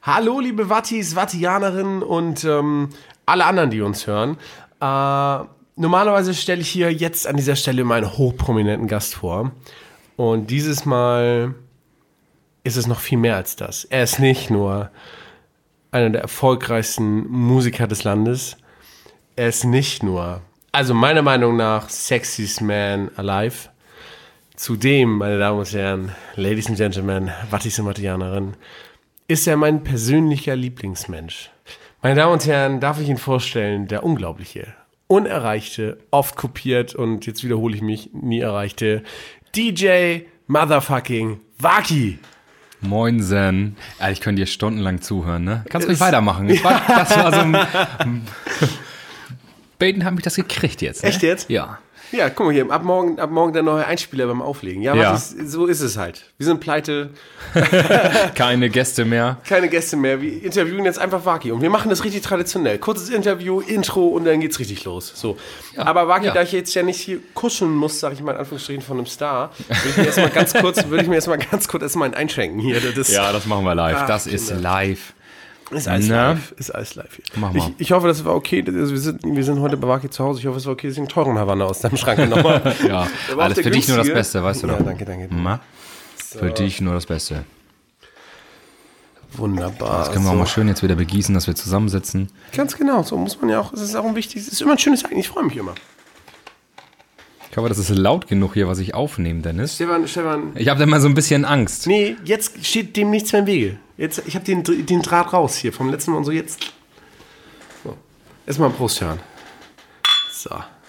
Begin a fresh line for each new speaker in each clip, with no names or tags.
Hallo, liebe Wattis, Wattianerinnen und alle anderen, die uns hören. Normalerweise stelle ich hier jetzt an dieser Stelle meinen hochprominenten Gast vor. Und dieses Mal ist es noch viel mehr als das. Er ist nicht nur einer der erfolgreichsten Musiker des Landes. Er ist nicht nur, also meiner Meinung nach, sexiest man alive. Zudem, meine Damen und Herren, Ladies and Gentlemen, Wattis und Wattianerinnen, ist er mein persönlicher Lieblingsmensch. Meine Damen und Herren, darf ich Ihnen vorstellen, der unglaubliche, unerreichte, oft kopiert und jetzt wiederhole ich mich, nie erreichte DJ Motherfucking Waki.
Moinsen. Ja, ich könnte dir stundenlang zuhören, ne? Kannst ruhig weitermachen. Das war so ein... Baden hat mich das gekriegt jetzt. Ne?
Echt jetzt?
Ja.
Ja, guck mal hier, ab morgen der neue Einspieler beim Auflegen. Ja. So ist es halt. Wir sind pleite.
Keine Gäste mehr.
Keine Gäste mehr. Wir interviewen jetzt einfach Waki. Und wir machen das richtig traditionell. Kurzes Interview, Intro und dann geht's richtig los. So. Ja. Aber Waki, da ich jetzt ja nicht hier kuscheln muss, sag ich mal in Anführungsstrichen, von einem Star, würde ich mir erstmal ganz kurz einschenken hier.
Das machen wir live. Das ist live.
Ist alles live hier.
Mach mal.
Ich hoffe, das war okay. Also wir sind heute bei Waki zu Hause. Ich hoffe, es war okay, dass ich einen teuren Havanna aus deinem Schrank genommen habe.
Ja, alles für dich nur das Beste, weißt du doch.
Ja, danke.
So. Für dich nur das Beste.
Wunderbar.
Das können wir auch mal schön jetzt wieder begießen, dass wir zusammensitzen.
Ganz genau, so muss man ja auch. Es ist auch ein wichtiges, es ist immer ein schönes Zeichen. Ich freue mich immer.
Ich hoffe, das ist laut genug hier, was ich aufnehme, Dennis.
Stefan.
Ich habe da mal so ein bisschen Angst.
Nee, jetzt steht dem nichts mehr im Wege. Jetzt, ich habe den Draht raus hier vom letzten Mal und so jetzt. So. Erstmal ein Prost hören. So.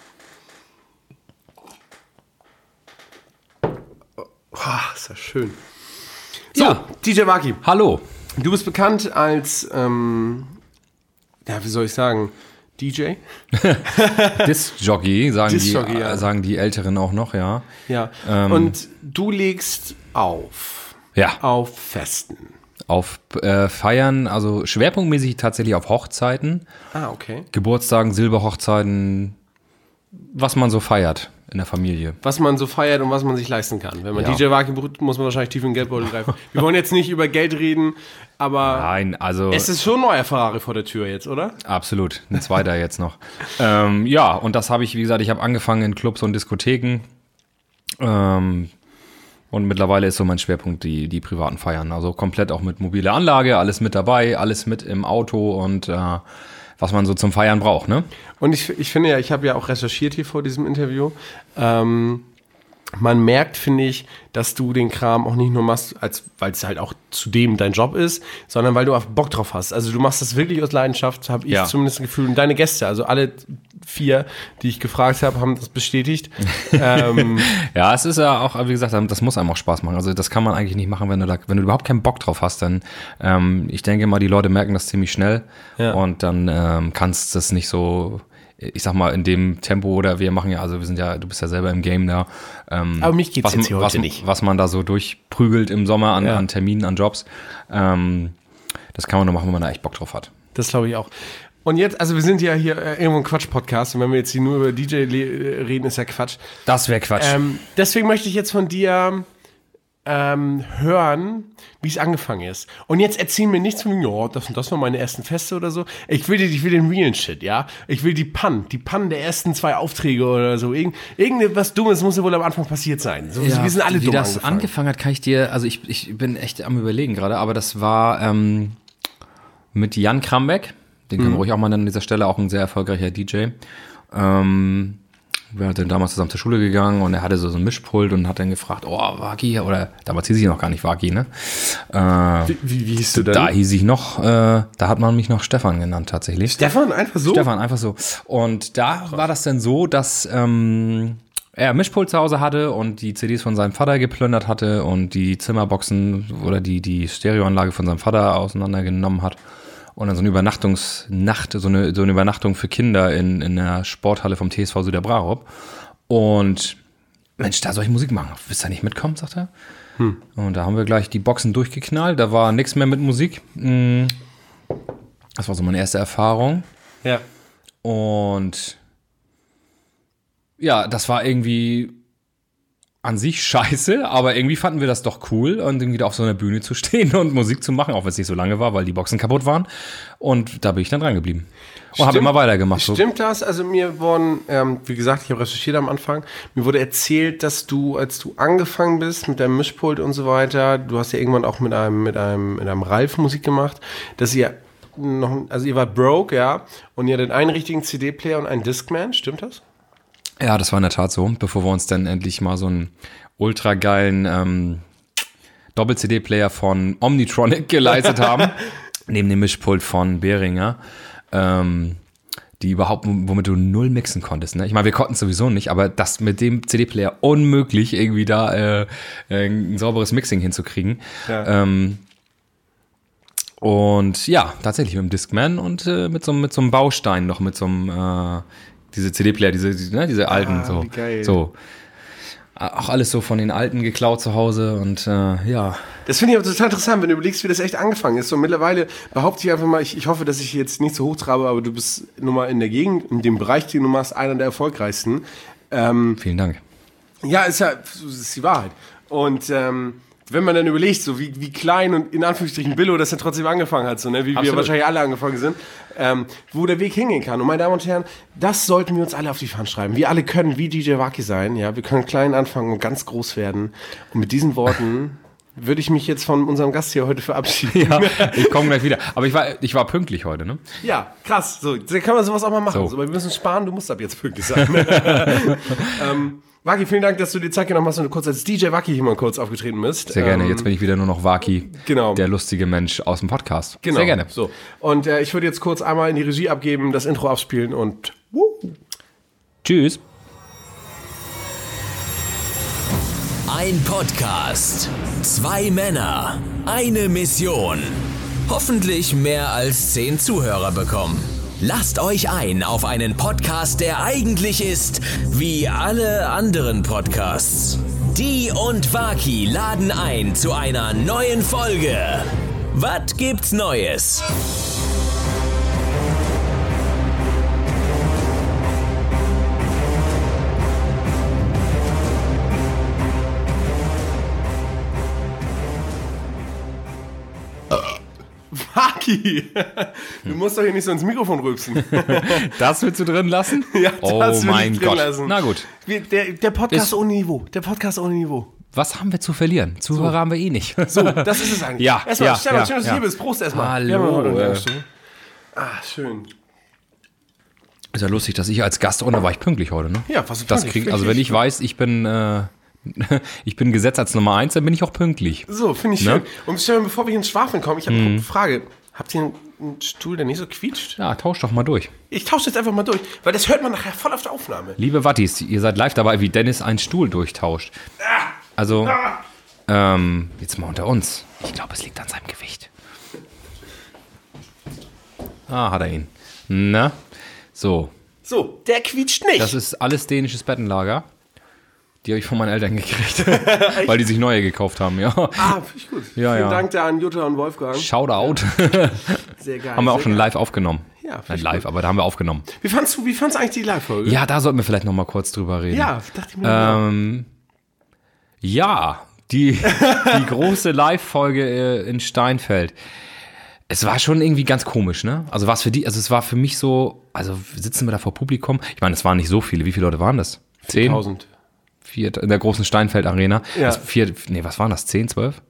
Oh, ist das schön. So, ja. DJ Waki.
Hallo.
Du bist bekannt als, wie soll ich sagen, DJ?
Disc-Jockey, sagen die Älteren auch noch, ja.
Ja, und du legst auf.
Ja.
Auf Festen.
Auf Feiern, also schwerpunktmäßig tatsächlich auf Hochzeiten.
Ah, okay.
Geburtstagen, Silberhochzeiten, was man so feiert in der Familie.
Was man so feiert und was man sich leisten kann. Wenn man DJ Waki braucht, muss man wahrscheinlich tief in den Geldbeutel greifen. Wir wollen jetzt nicht über Geld reden, aber
nein, also
es ist schon ein neuer Ferrari vor der Tür jetzt, oder?
Absolut, ein zweiter jetzt noch. Ja, und das habe ich, wie gesagt, ich habe angefangen in Clubs und Diskotheken. Und mittlerweile ist so mein Schwerpunkt die privaten Feiern. Also komplett auch mit mobiler Anlage, alles mit dabei, alles mit im Auto und was man so zum Feiern braucht, ne?
Und ich finde ja, ich habe ja auch recherchiert hier vor diesem Interview. Man merkt, finde ich, dass du den Kram auch nicht nur machst, weil es halt auch zudem dein Job ist, sondern weil du auch Bock drauf hast. Also du machst das wirklich aus Leidenschaft, habe ich zumindest das Gefühl. Und deine Gäste, also alle 4, die ich gefragt habe, haben das bestätigt.
Ja, es ist ja auch, wie gesagt, das muss einem auch Spaß machen. Also das kann man eigentlich nicht machen, wenn du überhaupt keinen Bock drauf hast. Dann, ich denke mal, die Leute merken das ziemlich schnell. Ja. Und dann kannst du das nicht so, ich sag mal, in dem Tempo, oder wir machen ja, also du bist ja selber im Game da.
Aber mich geht's jetzt hier heute nicht.
Was man da so durchprügelt im Sommer an Terminen, an Jobs, das kann man nur machen, wenn man da echt Bock drauf hat.
Das glaube ich auch. Und jetzt, also wir sind ja hier irgendwo ein Quatsch-Podcast und wenn wir jetzt hier nur über DJ reden, ist ja Quatsch.
Das wäre Quatsch.
Deswegen möchte ich jetzt von dir hören, wie es angefangen ist. Und jetzt erzähl mir nichts von, das waren meine ersten Feste oder so. Ich will den realen Shit, ja. Ich will die Pannen der ersten 2 Aufträge oder so. Irgendwas Dummes muss ja wohl am Anfang passiert sein. So, wir sind alle dumm.
Wie das angefangen hat, kann ich dir, also ich bin echt am Überlegen gerade, aber das war mit Jan Krambeck. Den können wir ruhig auch mal nennen an dieser Stelle, auch ein sehr erfolgreicher DJ. Wir sind damals zusammen zur Schule gegangen und er hatte so ein Mischpult und hat dann gefragt, Waki, oder damals hieß ich noch gar nicht Waki, ne?
Wie hieß du denn?
Da hieß ich noch, da hat man mich noch Stefan genannt tatsächlich.
Stefan, einfach so?
Stefan, einfach so. Und da war das dann so, dass er ein Mischpult zu Hause hatte und die CDs von seinem Vater geplündert hatte und die Zimmerboxen oder die Stereoanlage von seinem Vater auseinandergenommen hat. Und dann so eine Übernachtungsnacht, so eine Übernachtung für Kinder in der Sporthalle vom TSV Süderbrarup. Und Mensch, da soll ich Musik machen. Willst du da nicht mitkommen, sagt er. Und da haben wir gleich die Boxen durchgeknallt. Da war nichts mehr mit Musik. Das war so meine erste Erfahrung.
Ja.
Und ja, das war irgendwie an sich scheiße, aber irgendwie fanden wir das doch cool und irgendwie da auf so einer Bühne zu stehen und Musik zu machen, auch wenn es nicht so lange war, weil die Boxen kaputt waren. Und da bin ich dann dran geblieben. Und habe immer weitergemacht.
Stimmt das? Also mir wurden, wie gesagt, ich habe recherchiert am Anfang, mir wurde erzählt, dass du, als du angefangen bist mit deinem Mischpult und so weiter, du hast ja irgendwann auch mit einem Ralf Musik gemacht, dass ihr ihr wart broke, ja, und ihr hattet einen richtigen CD-Player und einen Discman, stimmt das?
Ja, das war in der Tat so, bevor wir uns dann endlich mal so einen ultra geilen Doppel-CD-Player von Omnitronic geleistet haben, neben dem Mischpult von Behringer, die überhaupt, womit du null mixen konntest. Ne? Ich meine, wir konnten es sowieso nicht, aber das mit dem CD-Player unmöglich, irgendwie da ein sauberes Mixing hinzukriegen. Ja. Und ja, tatsächlich mit dem Discman und mit so einem Baustein noch, mit so einem diese CD-Player, diese alten, so.
Geil.
So. Auch alles so von den Alten geklaut zu Hause und ja.
Das finde ich aber total interessant, wenn du überlegst, wie das echt angefangen ist. So mittlerweile behaupte ich einfach mal, ich hoffe, dass ich jetzt nicht so hochtrabe, aber du bist nun mal in der Gegend, in dem Bereich, den du machst, einer der erfolgreichsten.
Vielen Dank.
Ja, ist die Wahrheit. Und wenn man dann überlegt, so wie klein und in Anführungsstrichen Billo das ja trotzdem angefangen hat, so, ne, wie wir wahrscheinlich alle angefangen sind, wo der Weg hingehen kann. Und meine Damen und Herren, das sollten wir uns alle auf die Fahnen schreiben. Wir alle können wie DJ Wacky sein, ja, wir können klein anfangen und ganz groß werden. Und mit diesen Worten würde ich mich jetzt von unserem Gast hier heute verabschieden.
Ja, ich komme gleich wieder. Aber ich war pünktlich heute, ne?
Ja, krass. So, da kann man sowas auch mal machen. So, aber wir müssen sparen, du musst ab jetzt pünktlich sein. Wacky, vielen Dank, dass du dir Zeit genommen hast und du kurz als DJ Wacky hier mal kurz aufgetreten bist.
Sehr gerne. Jetzt bin ich wieder nur noch Wacky,
genau,
der lustige Mensch aus dem Podcast.
Genau.
Sehr gerne.
So. Und ich würde jetzt kurz einmal in die Regie abgeben, das Intro abspielen und
Tschüss.
Ein Podcast, 2 Männer, eine Mission. Hoffentlich mehr als 10 Zuhörer bekommen. Lasst euch ein auf einen Podcast, der eigentlich ist wie alle anderen Podcasts. Die und Wacky laden ein zu einer neuen Folge. Was gibt's Neues?
Wacky, du musst doch hier nicht so ins Mikrofon rülpsen.
Das willst du drin lassen?
Ja, das will ich drin lassen.
Na gut.
Der Podcast ohne Niveau. Der Podcast ohne Niveau.
Was haben wir zu verlieren? Zuhörer haben wir eh nicht.
So, das ist es eigentlich.
Ja,
erstmal, Stefan, schön, dass du
ja.
hier bist. Prost erstmal.
Hallo.
Schön.
Ist ja lustig, dass ich als Gast, und da war ich pünktlich heute, ne?
Ja, was
das also wenn ich weiß, ich bin Gesetz als Nummer 1, dann bin ich auch pünktlich.
So, finde ich schön. Und Stefan, bevor wir ins Schwafeln kommen, ich habe eine Frage. Habt ihr einen Stuhl, der nicht so quietscht?
Ja, tausch doch mal durch.
Ich tausche jetzt einfach mal durch, weil das hört man nachher voll auf der Aufnahme.
Liebe Wattis, ihr seid live dabei, wie Dennis einen Stuhl durchtauscht. Also, jetzt mal unter uns. Ich glaube, es liegt an seinem Gewicht. Hat er ihn. Na, so.
So, der quietscht nicht.
Das ist alles dänisches Bettenlager. Die habe ich von meinen Eltern gekriegt, weil die sich neue gekauft haben, ja.
Finde ich gut. Vielen Dank da an Jutta und Wolfgang.
Shoutout.
Sehr geil.
Haben wir auch schon live aufgenommen.
Ja,
nicht live, aber da haben wir aufgenommen.
Wie fandst du eigentlich die Live-Folge?
Ja, da sollten wir vielleicht noch mal kurz drüber reden.
Ja, dachte ich mir.
Ja, die große Live-Folge in Steinfeld. Es war schon irgendwie ganz komisch, ne? Also es war für mich so, also sitzen wir da vor Publikum? Ich meine, es waren nicht so viele. Wie viele Leute waren das? 10?
1000.
In der großen Steinfeld Arena.
Ja.
Was waren das? 10, 12?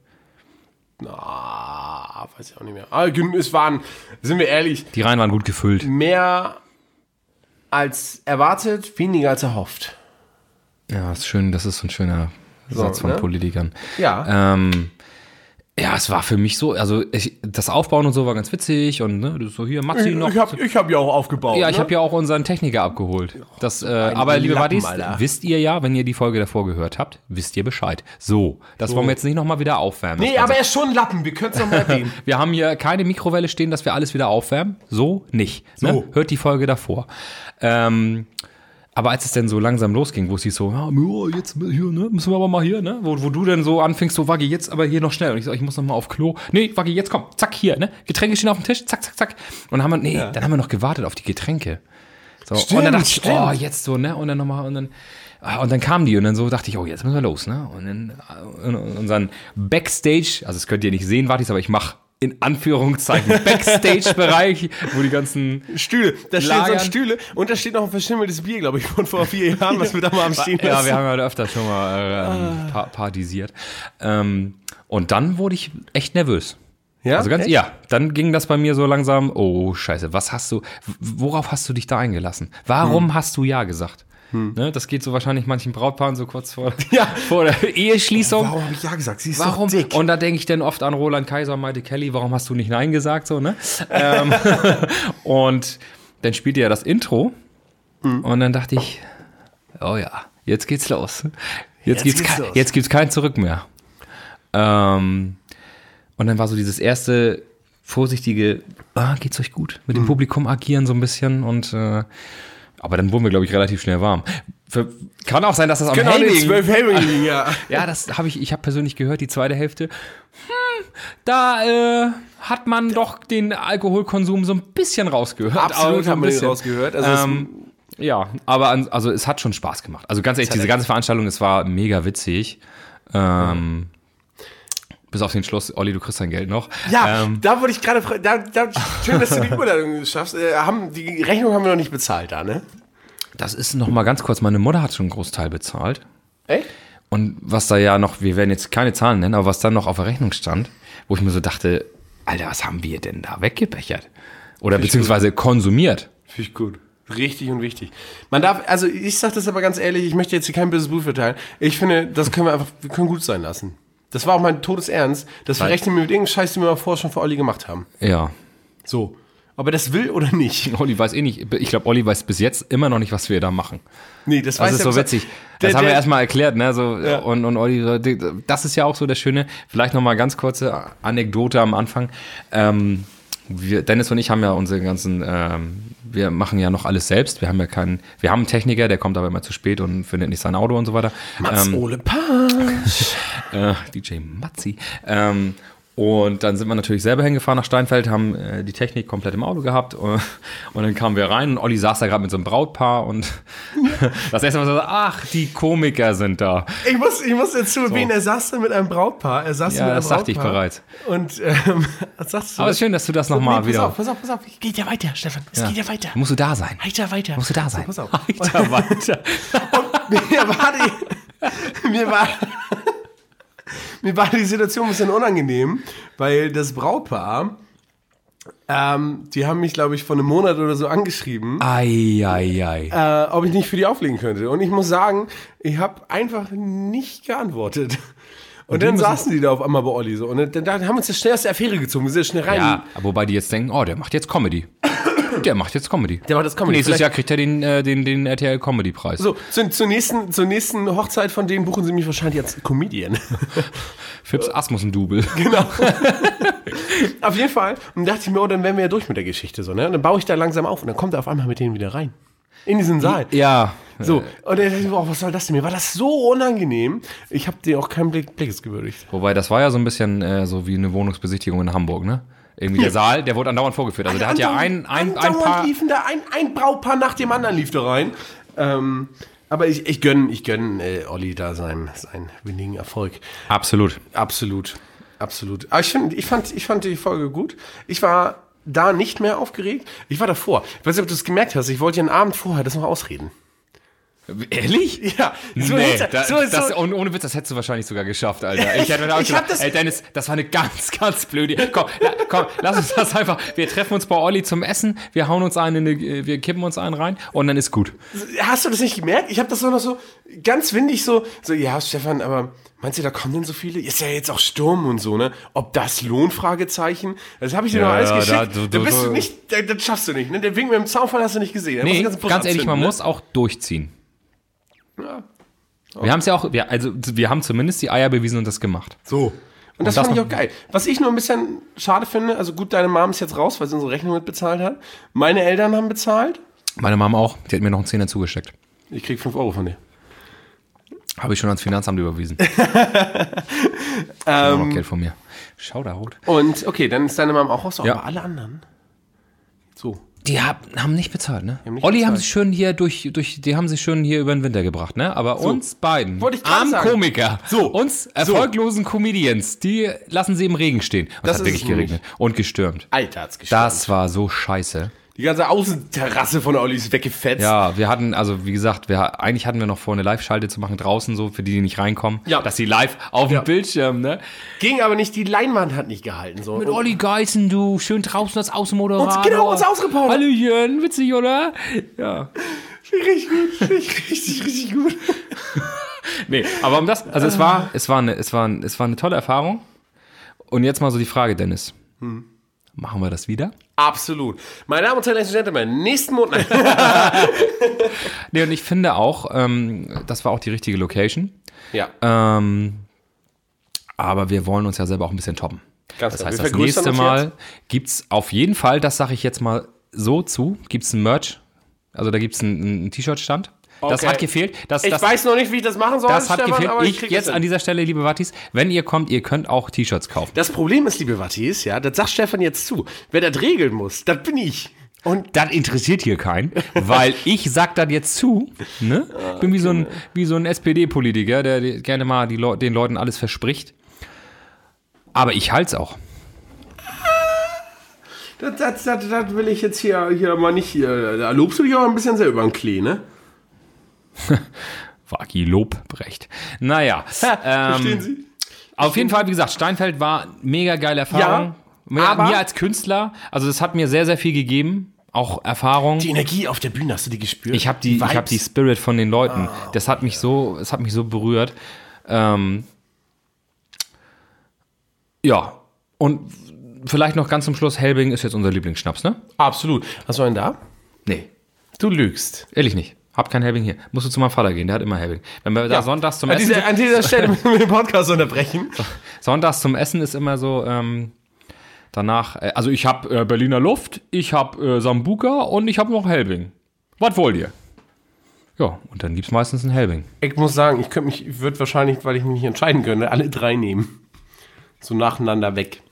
Weiß ich auch nicht mehr. Aber es waren, sind wir ehrlich,
die Reihen waren gut gefüllt.
Mehr als erwartet, weniger als erhofft.
Ja, ist schön, das ist so ein schöner Satz von Politikern.
Ja.
Ja, es war für mich so, also das Aufbauen und so war ganz witzig und ne, so hier, Maxi noch.
Ich hab ja auch aufgebaut.
Ja, ich habe ja auch unseren Techniker abgeholt. Aber liebe Wadis, wisst ihr ja, wenn ihr die Folge davor gehört habt, wisst ihr Bescheid. So, das wollen wir jetzt nicht nochmal wieder aufwärmen.
Nee, aber er ist schon ein Lappen, wir können es nochmal erwähnen.
Wir haben hier keine Mikrowelle stehen, dass wir alles wieder aufwärmen. So nicht. Ne?
So.
Hört die Folge davor. Aber als es dann so langsam losging, wo es hieß so, jetzt hier, ne, müssen wir aber mal hier, ne, wo du dann so anfängst, so, Waggi, jetzt aber hier noch schnell. Und ich so, ich muss noch mal auf Klo. Nee, Waggi, jetzt komm, zack, hier, ne, Getränke stehen auf dem Tisch, zack, zack, zack. Und dann haben wir noch gewartet auf die Getränke. So.
Stimmt,
und dann dachte ich,
stimmt.
oh, jetzt so, ne? Und dann nochmal, und dann kamen die und dann so dachte ich, oh, jetzt müssen wir los, ne? Und dann in unseren Backstage, also das könnt ihr nicht sehen, aber ich mache in Anführungszeichen Backstage-Bereich, wo die ganzen
Stühle, da stehen
Lagern.
so Stühle und da steht noch ein verschimmeltes Bier, glaube ich, von vor 4 Jahren, was wir da mal am Stehen lassen.
Ja, wir haben ja öfter schon mal partisiert. Und dann wurde ich echt nervös.
Ja?
Also ganz,
Echt?
ja, dann ging das bei mir so langsam, oh Scheiße, worauf hast du dich da eingelassen? Warum hast du Ja gesagt? Ne, das geht so wahrscheinlich manchen Brautpaaren so kurz vor der Eheschließung.
Warum habe ich Ja gesagt? Sie ist
Warum?
doch dick.
Und da denke ich dann oft an Roland Kaiser und Maite Kelly, warum hast du nicht Nein gesagt? So, ne? Und dann spielte ja das Intro und dann dachte ich, oh ja, jetzt geht's los. Jetzt gibt's kein Zurück mehr. Und dann war so dieses erste vorsichtige, geht's euch gut? Mit dem Publikum agieren so ein bisschen und aber dann wurden wir, glaube ich, relativ schnell warm. Kann auch sein, dass das am Helming...
12 Helming liegen, ja.
Ja, ich habe persönlich gehört, die zweite Hälfte, da hat man doch den Alkoholkonsum so ein bisschen rausgehört.
Absolut
so
haben
ein
wir den
bisschen.
rausgehört. Also
Ja, aber also es hat schon Spaß gemacht. Also ganz ehrlich, diese ganze Veranstaltung, es war mega witzig. Bis auf den Schluss, Olli, du kriegst dein Geld noch.
ja, da wollte ich gerade fragen, schön, dass du die Überleitung schaffst. Die Rechnung haben wir noch nicht bezahlt da, ne?
Das ist noch mal ganz kurz, meine Mutter hat schon einen Großteil bezahlt.
Echt?
Und was da ja noch, wir werden jetzt keine Zahlen nennen, aber was dann noch auf der Rechnung stand, wo ich mir so dachte, Alter, was haben wir denn da weggebechert? Oder beziehungsweise konsumiert.
Finde ich gut. Richtig und wichtig. Man darf, also ich sag das aber ganz ehrlich, ich möchte jetzt hier kein böses Blut verteilen. Ich finde, wir können gut sein lassen. Das war auch mein Todesernst. Das verrechnen wir mit irgendeinem Scheiß, den wir vorher schon für Olli gemacht haben.
Ja.
So. Ob er das will oder nicht.
Olli weiß nicht. Ich glaube, Olli weiß bis jetzt immer noch nicht, was wir da machen.
Nee, das weiß
Das ist so witzig. Das haben wir erstmal erklärt, ne? So,
Ja.
und Olli, so, das ist ja auch so das Schöne. Vielleicht nochmal ganz kurze Anekdote am Anfang. Dennis und ich haben ja unsere ganzen, wir machen ja noch alles selbst. Wir haben einen Techniker, der kommt aber immer zu spät und findet nicht sein Auto und so weiter.
Mats Ole Pasch.
DJ Matzi. Und dann sind wir natürlich selber hingefahren nach Steinfeld, haben die Technik komplett im Auto gehabt und dann kamen wir rein und Olli saß da gerade mit so einem Brautpaar und das erste Mal so, ach, die Komiker sind da.
Ich muss dazu erwähnen, er saß da mit einem Brautpaar.
Ja, das sagte ich bereits.
Und was sagst du?
Aber es ist schön, dass du das nochmal wieder...
Pass auf. Geht ja weiter, Stefan. Es geht ja weiter.
Musst du da sein.
Weiter.
Musst du da sein.
So, pass auf.
Weiter.
Mir war die Situation ein bisschen unangenehm, weil das Brautpaar, die haben mich, glaube ich, vor einem Monat oder so angeschrieben,
Ei.
ob ich nicht für die auflegen könnte. Und ich muss sagen, ich habe einfach nicht geantwortet. Und dann saßen die da auf einmal bei Olli so. Und dann haben wir uns das schnell aus der Affäre gezogen. Wir sind schnell rein.
Ja, wobei die jetzt denken, oh, der macht jetzt Comedy. Der macht das Comedy. Nächstes Jahr kriegt er den RTL Comedy-Preis.
So, zur nächsten Hochzeit von denen buchen sie mich wahrscheinlich als Comedian.
Fips Asmussen-Double.
Genau. Auf jeden Fall. Und dachte ich mir, dann wären wir ja durch mit der Geschichte. So, ne? Und dann baue ich da langsam auf und dann kommt er auf einmal mit denen wieder rein. In diesen Saal.
Ja.
So, und dann dachte ich mir, was soll das denn? Mir war das so unangenehm. Ich habe dir auch keinen Blickes gewürdigt.
Wobei, das war ja so ein bisschen so wie eine Wohnungsbesichtigung in Hamburg, ne? Irgendwie der Saal, der wurde andauernd vorgeführt. Also der hat ja ein Paar...
liefen da ein Brautpaar nach dem anderen lief da rein. Aber ich gönn Olli da seinen winnigen Erfolg.
Absolut.
Aber ich fand die Folge gut. Ich war da nicht mehr aufgeregt. Ich war davor. Ich weiß nicht, ob du es gemerkt hast. Ich wollte ja einen Abend vorher das noch ausreden.
Ehrlich?
Ja.
Ohne Witz, das hättest du wahrscheinlich sogar geschafft, Alter. Ich hätte mir auch gedacht, ey Dennis, das war eine ganz, ganz blöde... Komm, lass uns das einfach... Wir treffen uns bei Olli zum Essen, wir hauen uns wir kippen uns einen rein und dann ist gut.
Hast du das nicht gemerkt? Ich habe das noch so ganz windig so, ja, Stefan, aber meinst du, da kommen denn so viele? Ist ja jetzt auch Sturm und so, ne? Ob das lohnt? Fragezeichen. Das habe ich dir noch alles geschickt. Da bist du nicht, das schaffst du nicht, ne? Der Wink mit dem Zaunfall hast du nicht gesehen.
Nee, ganz ehrlich, man muss auch durchziehen.
Ja.
Wir haben es ja auch, wir haben zumindest die Eier bewiesen und das gemacht.
So. Und das fand ich auch geil. Was ich nur ein bisschen schade finde, also gut, deine Mom ist jetzt raus, weil sie unsere Rechnung mit bezahlt hat. Meine Eltern haben bezahlt.
Meine Mom auch. Die hat mir noch einen Zehner zugesteckt.
Ich krieg 5 Euro von dir.
Habe ich schon ans Finanzamt überwiesen. Noch Geld von mir. Schau da rot.
Und okay, dann ist deine Mom auch raus, aber alle anderen. So.
Die haben nicht bezahlt, ne?
Haben nicht
Olli
bezahlt.
haben sich schön hier die haben sich schön hier über den Winter gebracht, ne? Aber uns beiden,
Wollte ich gerade
armen
sagen.
Komiker, uns erfolglosen Comedians, die lassen sie im Regen stehen. Und
Das
es hat
ist
wirklich
es
geregnet und gestürmt.
Alter, hat's gestanden.
Das war so scheiße.
Die ganze Außenterrasse von Olli ist weggefetzt.
Ja, wir hatten, also wie gesagt, eigentlich hatten wir noch vor, eine Live-Schalte zu machen draußen, so für die nicht reinkommen.
Ja.
Dass sie live auf dem Bildschirm, ne?
Ging aber nicht, die Leinwand hat nicht gehalten. So.
Mit Olli Geißen, du, schön draußen als Außenmoderator.
Uns ausgebaut.
Hallöchen, witzig, oder? Ja.
Richtig gut, richtig gut.
Nee, aber um das, also es war eine tolle Erfahrung. Und jetzt mal so die Frage, Dennis. Machen wir das wieder?
Absolut. Meine Damen und Herren, Ladies and Gentlemen, nächsten Monat.
Nee, und ich finde auch, das war auch die richtige Location.
Ja,
Aber wir wollen uns ja selber auch ein bisschen toppen.
ganz
Das
klar.
heißt,
Wir
das
vergrößern
nächste
uns
Mal
jetzt.
gibt's auf jeden Fall, das sage ich jetzt mal so zu, gibt's ein Merch. Also da gibt's einen T-Shirt-Stand. Das
Okay.
hat gefehlt.
Ich weiß noch nicht, wie ich das machen soll,
Das hat
Stefan,
gefehlt.
aber
Ich
krieg
jetzt
das hin.
an dieser Stelle, liebe Wattis, wenn ihr kommt, ihr könnt auch T-Shirts kaufen.
Das Problem ist, liebe Wattis, ja, das sagt Stefan jetzt zu. Wer das regeln muss, das bin ich.
Und das interessiert hier keinen, weil ich sag das jetzt zu. Ne? Ich bin wie so ein SPD-Politiker, der gerne mal den Leuten alles verspricht. Aber ich halt's auch.
Das will ich jetzt hier mal nicht. Da lobst du dich auch ein bisschen selber über den Klee, ne?
Waki Lobrecht. Naja.
Verstehen Sie?
Auf jeden Fall, wie gesagt, Steinfeld war mega geile Erfahrung.
aber-
mir als Künstler, also das hat mir sehr, sehr viel gegeben. Auch Erfahrung.
Die Energie auf der Bühne, hast du die gespürt?
Ich habe die Spirit von den Leuten. Das hat mich so berührt. Ja. Und vielleicht noch ganz zum Schluss, Helbing ist jetzt unser Lieblingsschnaps, ne?
Absolut. Hast du einen da?
Nee.
Du lügst.
Ehrlich nicht. Hab kein Helbing hier. Musst du zu meinem Vater gehen, der hat immer Helbing. Wenn wir da sonntags zum Essen...
An dieser Stelle müssen wir den Podcast unterbrechen.
Sonntags zum Essen ist immer so, danach, also ich habe Berliner Luft, ich habe Sambuca und ich habe noch Helbing. Was wollt ihr? Ja, und dann gibt's meistens ein Helbing.
Ich muss sagen, ich würde wahrscheinlich, weil ich mich nicht entscheiden könnte, alle drei nehmen. So nacheinander weg.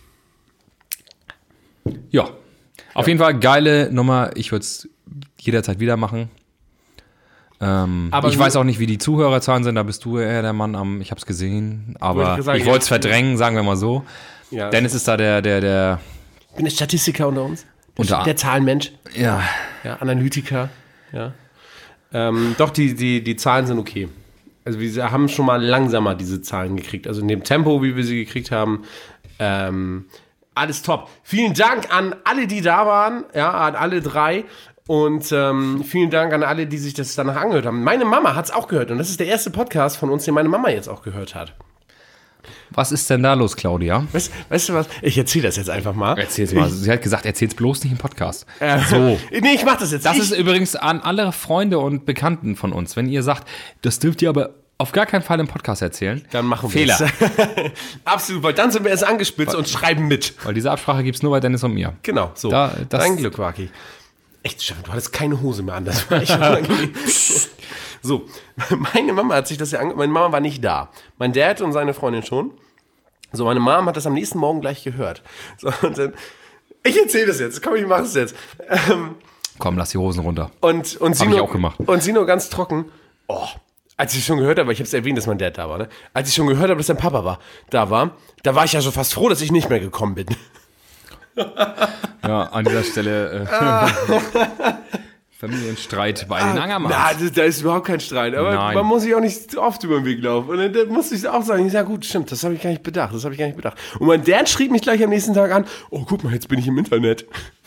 Ja. Auf jeden Fall geile Nummer. Ich würde es jederzeit wieder machen.
Aber
ich weiß auch nicht, wie die Zuhörerzahlen sind. Da bist du eher der Mann am, ich habe es gesehen. Aber
gesagt,
ich wollte es verdrängen, sagen wir mal so.
Ja,
Dennis ist da der
ich bin der Statistiker unter uns.
Unter-
Der Zahlenmensch.
ja,
Ja, Analytiker. Ja. Doch, die Zahlen sind okay. Also wir haben schon mal langsamer diese Zahlen gekriegt. Also in dem Tempo, wie wir sie gekriegt haben. Alles top. Vielen Dank an alle, die da waren. Ja, an alle drei. Und vielen Dank an alle, die sich das danach angehört haben. Meine Mama hat es auch gehört. Und das ist der erste Podcast von uns, den meine Mama jetzt auch gehört hat.
Was ist denn da los, Claudia?
Weißt du was? Ich erzähle das jetzt einfach mal.
Erzähl's mal. Sie hat gesagt, erzähl's bloß nicht im Podcast.
So. Nee, ich mach das jetzt.
Das ist übrigens an alle Freunde und Bekannten von uns. Wenn ihr sagt, das dürft ihr aber auf gar keinen Fall im Podcast erzählen.
Dann machen wir
Fehler.
es. Absolut, weil dann sind wir erst angespitzt und schreiben mit.
Weil diese Absprache gibt's nur bei Dennis und mir.
Genau, so. Dein Glück, Waki. Echt, Stefan, du hattest keine Hose mehr an. Das war echt unangenehm. So, meine Mama hat sich das ja meine Mama war nicht da. Mein Dad und seine Freundin schon. So, meine Mom hat das am nächsten Morgen gleich gehört. So, und dann, ich erzähle das jetzt. Komm, ich mache es jetzt.
Komm, lass die Hosen runter.
Und sie
Hab ich
nur,
auch gemacht.
Und sie nur ganz trocken. Oh, als ich schon gehört habe, ich habe es erwähnt, dass mein Dad da war, ne? Als ich schon gehört habe, dass sein Papa da war ich ja schon fast froh, dass ich nicht mehr gekommen bin.
Ja, an dieser Stelle Familienstreit bei den Angermanns.
Na, da ist überhaupt kein Streit. Aber
Nein.
man muss sich auch nicht oft über den Weg laufen. Und dann musste ich auch sagen, ja gut, stimmt, das habe ich gar nicht bedacht. Und mein Dad schrieb mich gleich am nächsten Tag an, oh, guck mal, jetzt bin ich im Internet.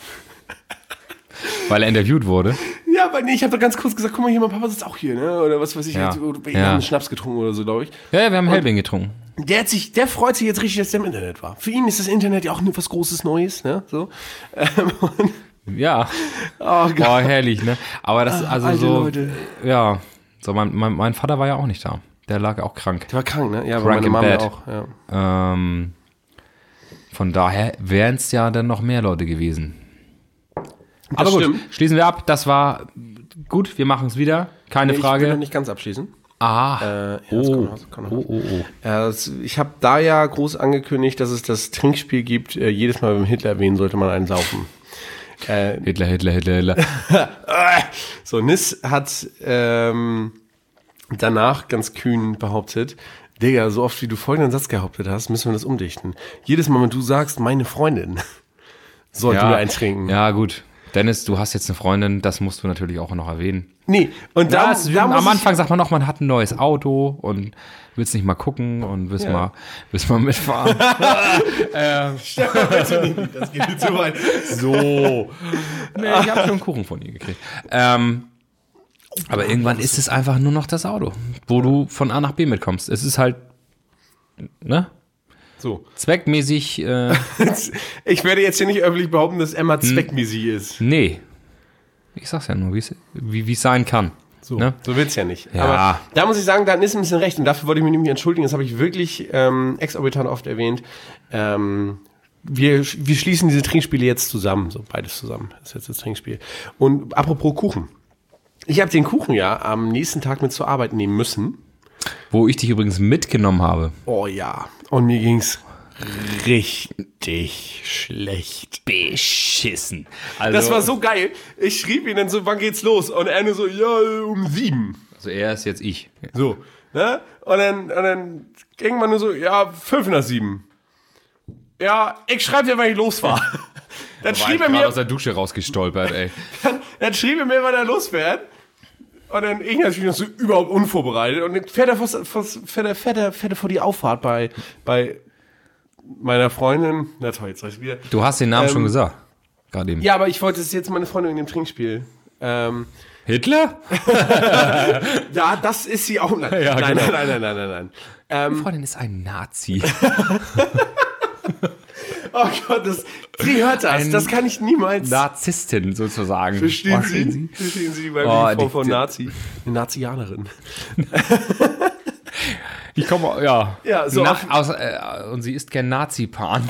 Weil er interviewt wurde.
Ja, aber nee, ich habe doch ganz kurz gesagt, guck mal hier, mein Papa sitzt auch hier, ne? Oder was weiß ich,
Ja.
wir
Ja.
haben einen Schnaps getrunken oder so, glaube ich.
Ja, wir haben Helbing getrunken.
Der freut sich jetzt richtig, dass der im Internet war. Für ihn ist das Internet ja auch nur was Großes Neues, ne? So.
Ja.
Oh Gott.
Boah, herrlich, ne? Aber das, also
alte
so,
Leute.
ja. So, mein Vater war ja auch nicht da. Der lag auch krank.
Der war krank, ne? Ja, aber
Krank
meine
in
Mama
bed.
auch, ja.
Von daher wären es ja dann noch mehr Leute gewesen. Aber gut,
stimmt.
schließen wir ab. Das war gut, wir machen es wieder. Keine
Nee, ich will noch
Frage.
nicht ganz abschließen.
Ah,
Kommt noch. Ich habe da ja groß angekündigt, dass es das Trinkspiel gibt. Jedes Mal, wenn wir Hitler erwähnen, sollte man einen saufen.
Hitler.
So, Nis hat danach ganz kühn behauptet, Digga, so oft wie du folgenden Satz behauptet hast, müssen wir das umdichten. Jedes Mal, wenn du sagst, meine Freundin, sollten wir eintrinken.
Ja, gut. Dennis, du hast jetzt eine Freundin, das musst du natürlich auch noch erwähnen.
Nee, und
am Anfang sagt man noch, man hat ein neues Auto und willst nicht mal gucken und willst mal mitfahren.
Das geht nicht so weit.
So. Nee, ich habe schon einen Kuchen von ihr gekriegt. Aber irgendwann ist es einfach nur noch das Auto, wo du von A nach B mitkommst. Es ist halt, ne?
So.
Zweckmäßig.
Ich werde jetzt hier nicht öffentlich behaupten, dass Emma zweckmäßig ist.
Nee. Ich sag's ja nur, wie es sein kann.
So,
ne?
So wird's ja nicht.
Ja.
Aber da muss ich sagen, da ist ein bisschen recht. Und dafür wollte ich mich nämlich entschuldigen. Das habe ich wirklich exorbitant oft erwähnt. Wir schließen diese Trinkspiele jetzt zusammen. So, beides zusammen. Das ist jetzt das Trinkspiel. Und apropos Kuchen. Ich habe den Kuchen ja am nächsten Tag mit zur Arbeit nehmen müssen.
Wo ich dich übrigens mitgenommen habe.
Oh ja. Und mir ging's richtig schlecht.
Beschissen. Also,
Das war so geil. Ich schrieb ihn dann so, wann geht's los? Und er nur so, ja, um 7.
Also er ist jetzt ich.
So. Ne? Und dann irgendwann nur so, ja, 5 nach 7. Ja, ich schreibe dir, wann ich los war. Dann schrieb er mir
aus der Dusche rausgestolpert, ey.
Dann schrieb er mir, wann er losfährt. Und dann ich natürlich noch so überhaupt unvorbereitet. Und dann fährt er vor die Auffahrt bei meiner Freundin. Na toll, jetzt sag ich wieder.
Du hast den Namen schon gesagt. Gerade eben.
Ja, aber ich wollte es jetzt meine Freundin in dem Trinkspiel.
Hitler?
Ja, das ist sie auch. Nein,
Ja,
nein,
genau.
nein.
Meine Freundin ist ein Nazi.
Oh Gott, sie hört das. Das kann ich niemals.
Narzisstin sozusagen.
Verstehen Sie? Verstehen Sie, weil die Frau von Nazi. Eine Nazianerin.
Ich komme, ja.
Ja, so.
Und sie isst gern Nazi-Pan.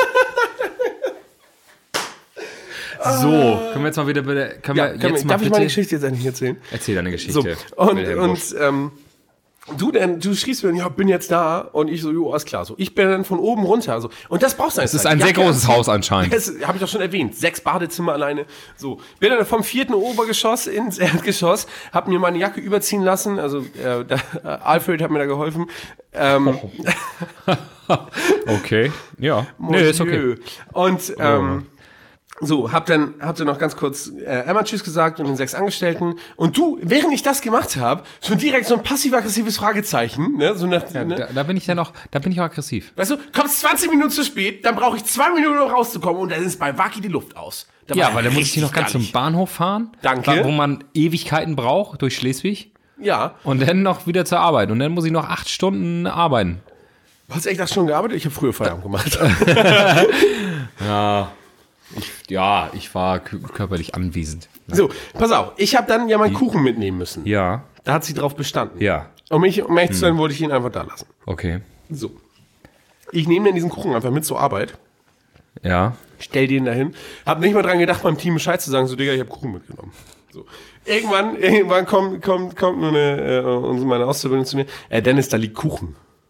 So, können wir jetzt mal wieder bitte.
Darf ich meine Geschichte jetzt endlich erzählen?
Erzähl deine Geschichte.
So. Du schriebst mir, ja, bin jetzt da. Und ich so, jo, alles klar. So, ich bin dann von oben runter. So. Und das brauchst du
Es ist ein sehr großes Haus anscheinend.
Das habe ich doch schon erwähnt. 6 Badezimmer alleine. So. Bin dann vom 4. Obergeschoss ins Erdgeschoss, hab mir meine Jacke überziehen lassen. Also, Alfred hat mir da geholfen.
Okay, ja. Nee, ist okay.
Und, so, hab dann noch ganz kurz Emma Tschüss gesagt und den 6 Angestellten. Und du, während ich das gemacht habe, schon direkt so ein passiv-aggressives Fragezeichen. Ne? So nach, ne?
Da bin ich auch aggressiv.
Weißt du, kommst 20 Minuten zu spät, dann brauche ich 2 Minuten, um rauszukommen und dann ist bei Waki die Luft aus.
Ja, weil dann muss ich hier noch ganz zum Bahnhof fahren.
Danke.
Wo man Ewigkeiten braucht, durch Schleswig.
Ja.
Und dann noch wieder zur Arbeit. Und dann muss ich noch 8 Stunden arbeiten.
Hast du echt das schon gearbeitet? Ich habe früher Feierabend gemacht.
Ich war körperlich anwesend.
So, pass auf. Ich habe dann ja meinen Kuchen mitnehmen müssen.
Ja.
Da hat sie drauf bestanden.
Ja.
Um ehrlich zu sein, wollte ich ihn einfach da lassen.
Okay.
So. Ich nehme dann diesen Kuchen einfach mit zur Arbeit.
Ja.
Stell den dahin. Hab nicht mal dran gedacht, beim Team Bescheid zu sagen, so, Digga, ich habe Kuchen mitgenommen. So. Irgendwann kommt nur meine Auszubildende zu mir. Dennis, da liegt Kuchen.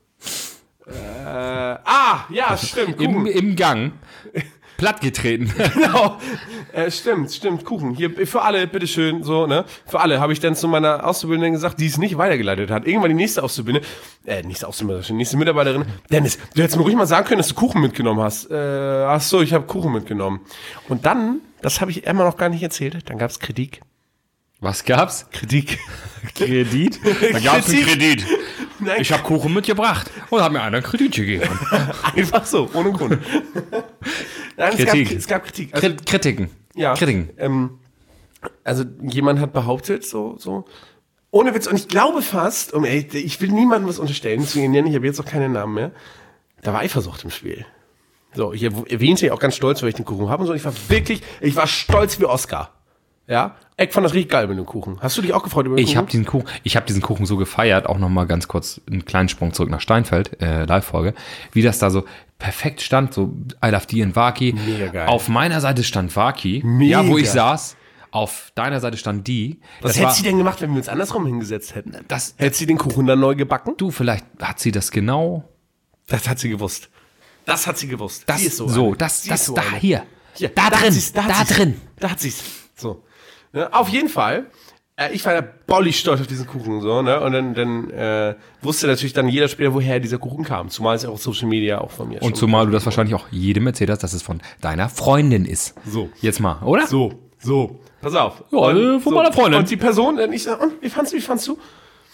Ja, stimmt. Kuchen.
Im Gang. Plattgetreten.
Genau. Stimmt, Kuchen. Hier, für alle, bitteschön, so, ne? Für alle habe ich dann zu meiner Auszubildenden gesagt, die es nicht weitergeleitet hat. Irgendwann die nächste nächste Mitarbeiterin. Dennis, du hättest mir ruhig mal sagen können, dass du Kuchen mitgenommen hast. Ach so, ich habe Kuchen mitgenommen. Und dann, das habe ich Emma noch gar nicht erzählt, dann gab's Kritik.
Was gab's?
Kritik.
Kredit? Da gab's einen Kredit.
Nein.
Ich habe Kuchen mitgebracht und hat mir einer einen Kredit gegeben.
Einfach so, ohne Grund. Nein, es gab Kritik. Also,
Kritiken.
Ja.
Kritiken.
Also jemand hat behauptet, so ohne Witz, und ich glaube fast, ich will niemandem was unterstellen, deswegen nenne ich habe jetzt auch keinen Namen mehr, da war Eifersucht im Spiel. So, ich erwähnte ja auch ganz stolz, weil ich den Kuchen habe und so, ich war stolz wie Oscar. Ja, ich fand das richtig geil mit dem Kuchen. Hast du dich auch gefreut über den Kuchen?
Ich habe diesen Kuchen so gefeiert, auch nochmal ganz kurz einen kleinen Sprung zurück nach Steinfeld, Live-Folge, wie das da so perfekt stand, so I love die in Waki.
Mega geil.
Auf meiner Seite stand Waki,
Mega.
ja, wo ich saß. Auf deiner Seite stand die.
Was hätte sie denn gemacht, wenn wir uns andersrum hingesetzt hätten? Hätte sie den Kuchen dann neu gebacken?
Du, vielleicht hat sie das genau.
Das hat sie gewusst. Sie ist
Hier.
Hier,
Da drin,
Da hat sie's. So. Ne? Auf jeden Fall. Ich war da bollig stolz auf diesen Kuchen so, ne? Und dann wusste natürlich dann jeder später, woher dieser Kuchen kam. Zumal es ja auch Social Media auch von mir
Und zumal du das wahrscheinlich auch jedem erzählt hast, dass es von deiner Freundin ist.
So.
Jetzt mal, oder?
So. Pass auf.
Ja, von meiner Freundin.
Und die Person, ich sag, und wie fandst du?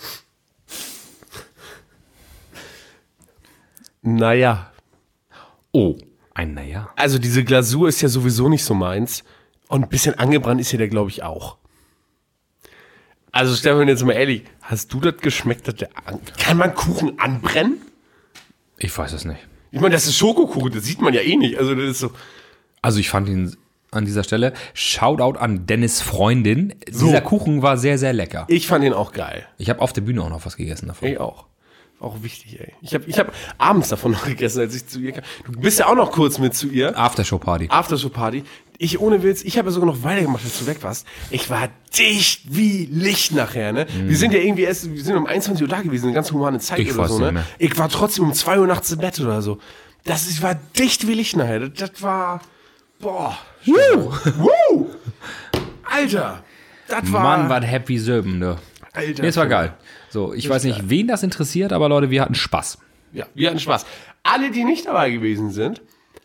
Naja.
Oh, ein Naja.
Also diese Glasur ist ja sowieso nicht so meins. Und ein bisschen angebrannt ist hier der, glaube ich, auch. Also Stefan, jetzt mal ehrlich, hast du das geschmeckt, dass kann man Kuchen anbrennen?
Ich weiß es nicht.
Ich meine, das ist Schokokuchen, das sieht man ja eh nicht. Also das ist so.
Also ich fand ihn an dieser Stelle, Shoutout an Dennis' Freundin. Dieser Kuchen war sehr, sehr lecker.
Ich fand ihn auch geil.
Ich habe auf der Bühne auch noch was gegessen davon.
Ich auch. Auch wichtig, ey. Ich hab abends davon noch gegessen, als ich zu ihr kam. Du bist ja auch noch kurz mit zu ihr.
Aftershow-Party.
Aftershow-Party. Ich ohne Witz, ich habe ja sogar noch weitergemacht, als du weg warst. Ich war dicht wie Licht nachher, ne? Wir sind ja irgendwie wir sind um 21 Uhr da gewesen, eine ganz humane Zeit
Ich
oder
weiß
so,
nicht
ne?
mehr.
Ich war trotzdem um 2 Uhr nachts im Bett oder so. Ich war dicht wie Licht nachher. Das war, boah. Woo! Alter. Das war,
Mann, was happy Söben, ne?
Alter.
Nee, es war geil. So, ich weiß nicht, wen das interessiert, aber Leute, wir hatten Spaß.
Ja, wir hatten Spaß. Alle, die nicht dabei gewesen sind,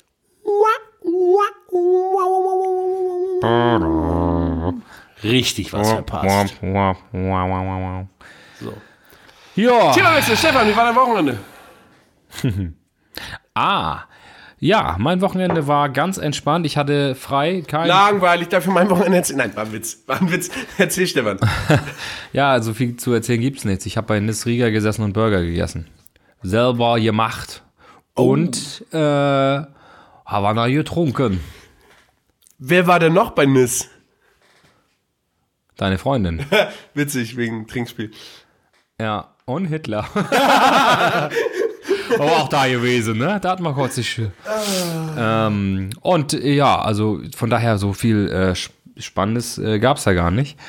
richtig was verpasst. So.
Ja.
Themawechsel, Stefan, wie war dein Wochenende?
Ja, mein Wochenende war ganz entspannt. Ich hatte frei,
Langweilig, dafür mein Wochenende erzählen. Nein, war ein Witz. Erzähl, Stefan.
Ja, so viel zu erzählen gibt's nichts. Ich habe bei Nis Riga gesessen und Burger gegessen. Selber gemacht. Und Havanna getrunken.
Wer war denn noch bei Nis?
Deine Freundin.
Witzig, wegen Trinkspiel.
Ja, und Hitler. Aber auch da gewesen, ne? Da hat man kurz sich. Und ja, also von daher so viel Spannendes gab's da gar nicht.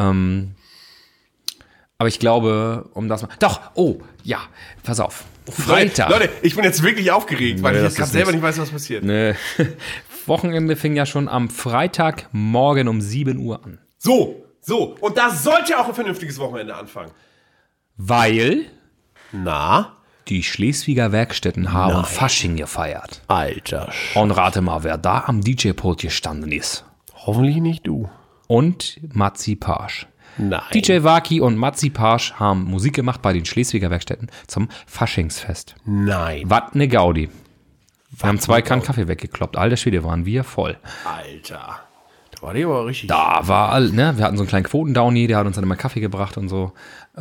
Aber ich glaube, um das mal. Doch, oh, ja, pass auf. Freitag.
Leute, ich bin jetzt wirklich aufgeregt, weil
Nee,
ich
das
jetzt gerade
ist
selber
nichts.
nicht weiß, was passiert.
Ne, Wochenende fing ja schon am Freitagmorgen um 7 Uhr an.
So. Und da sollte auch ein vernünftiges Wochenende anfangen.
Weil
Na?
die Schleswiger Werkstätten haben Fasching gefeiert.
Alter.
Und rate mal, wer da am DJ-Pult gestanden ist.
Hoffentlich nicht du.
Und Matzi Pasch.
Nein.
DJ Waki und Matzi Pasch haben Musik gemacht bei den Schleswiger Werkstätten zum Faschingsfest.
Nein.
Was ne Gaudi. Wir haben 2 Kannen Kaffee weggekloppt. Alter Schwede, waren wir voll.
Alter. Da war die aber richtig.
Da war all, ne? Wir hatten so einen kleinen Quotendowny, der hat uns dann immer Kaffee gebracht und so.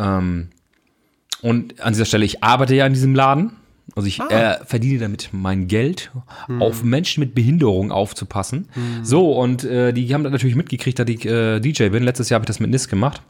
Und an dieser Stelle, ich arbeite ja in diesem Laden. Also ich verdiene damit mein Geld, auf Menschen mit Behinderung aufzupassen. So, und die haben dann natürlich mitgekriegt, dass ich DJ bin. Letztes Jahr habe ich das mit Nis gemacht.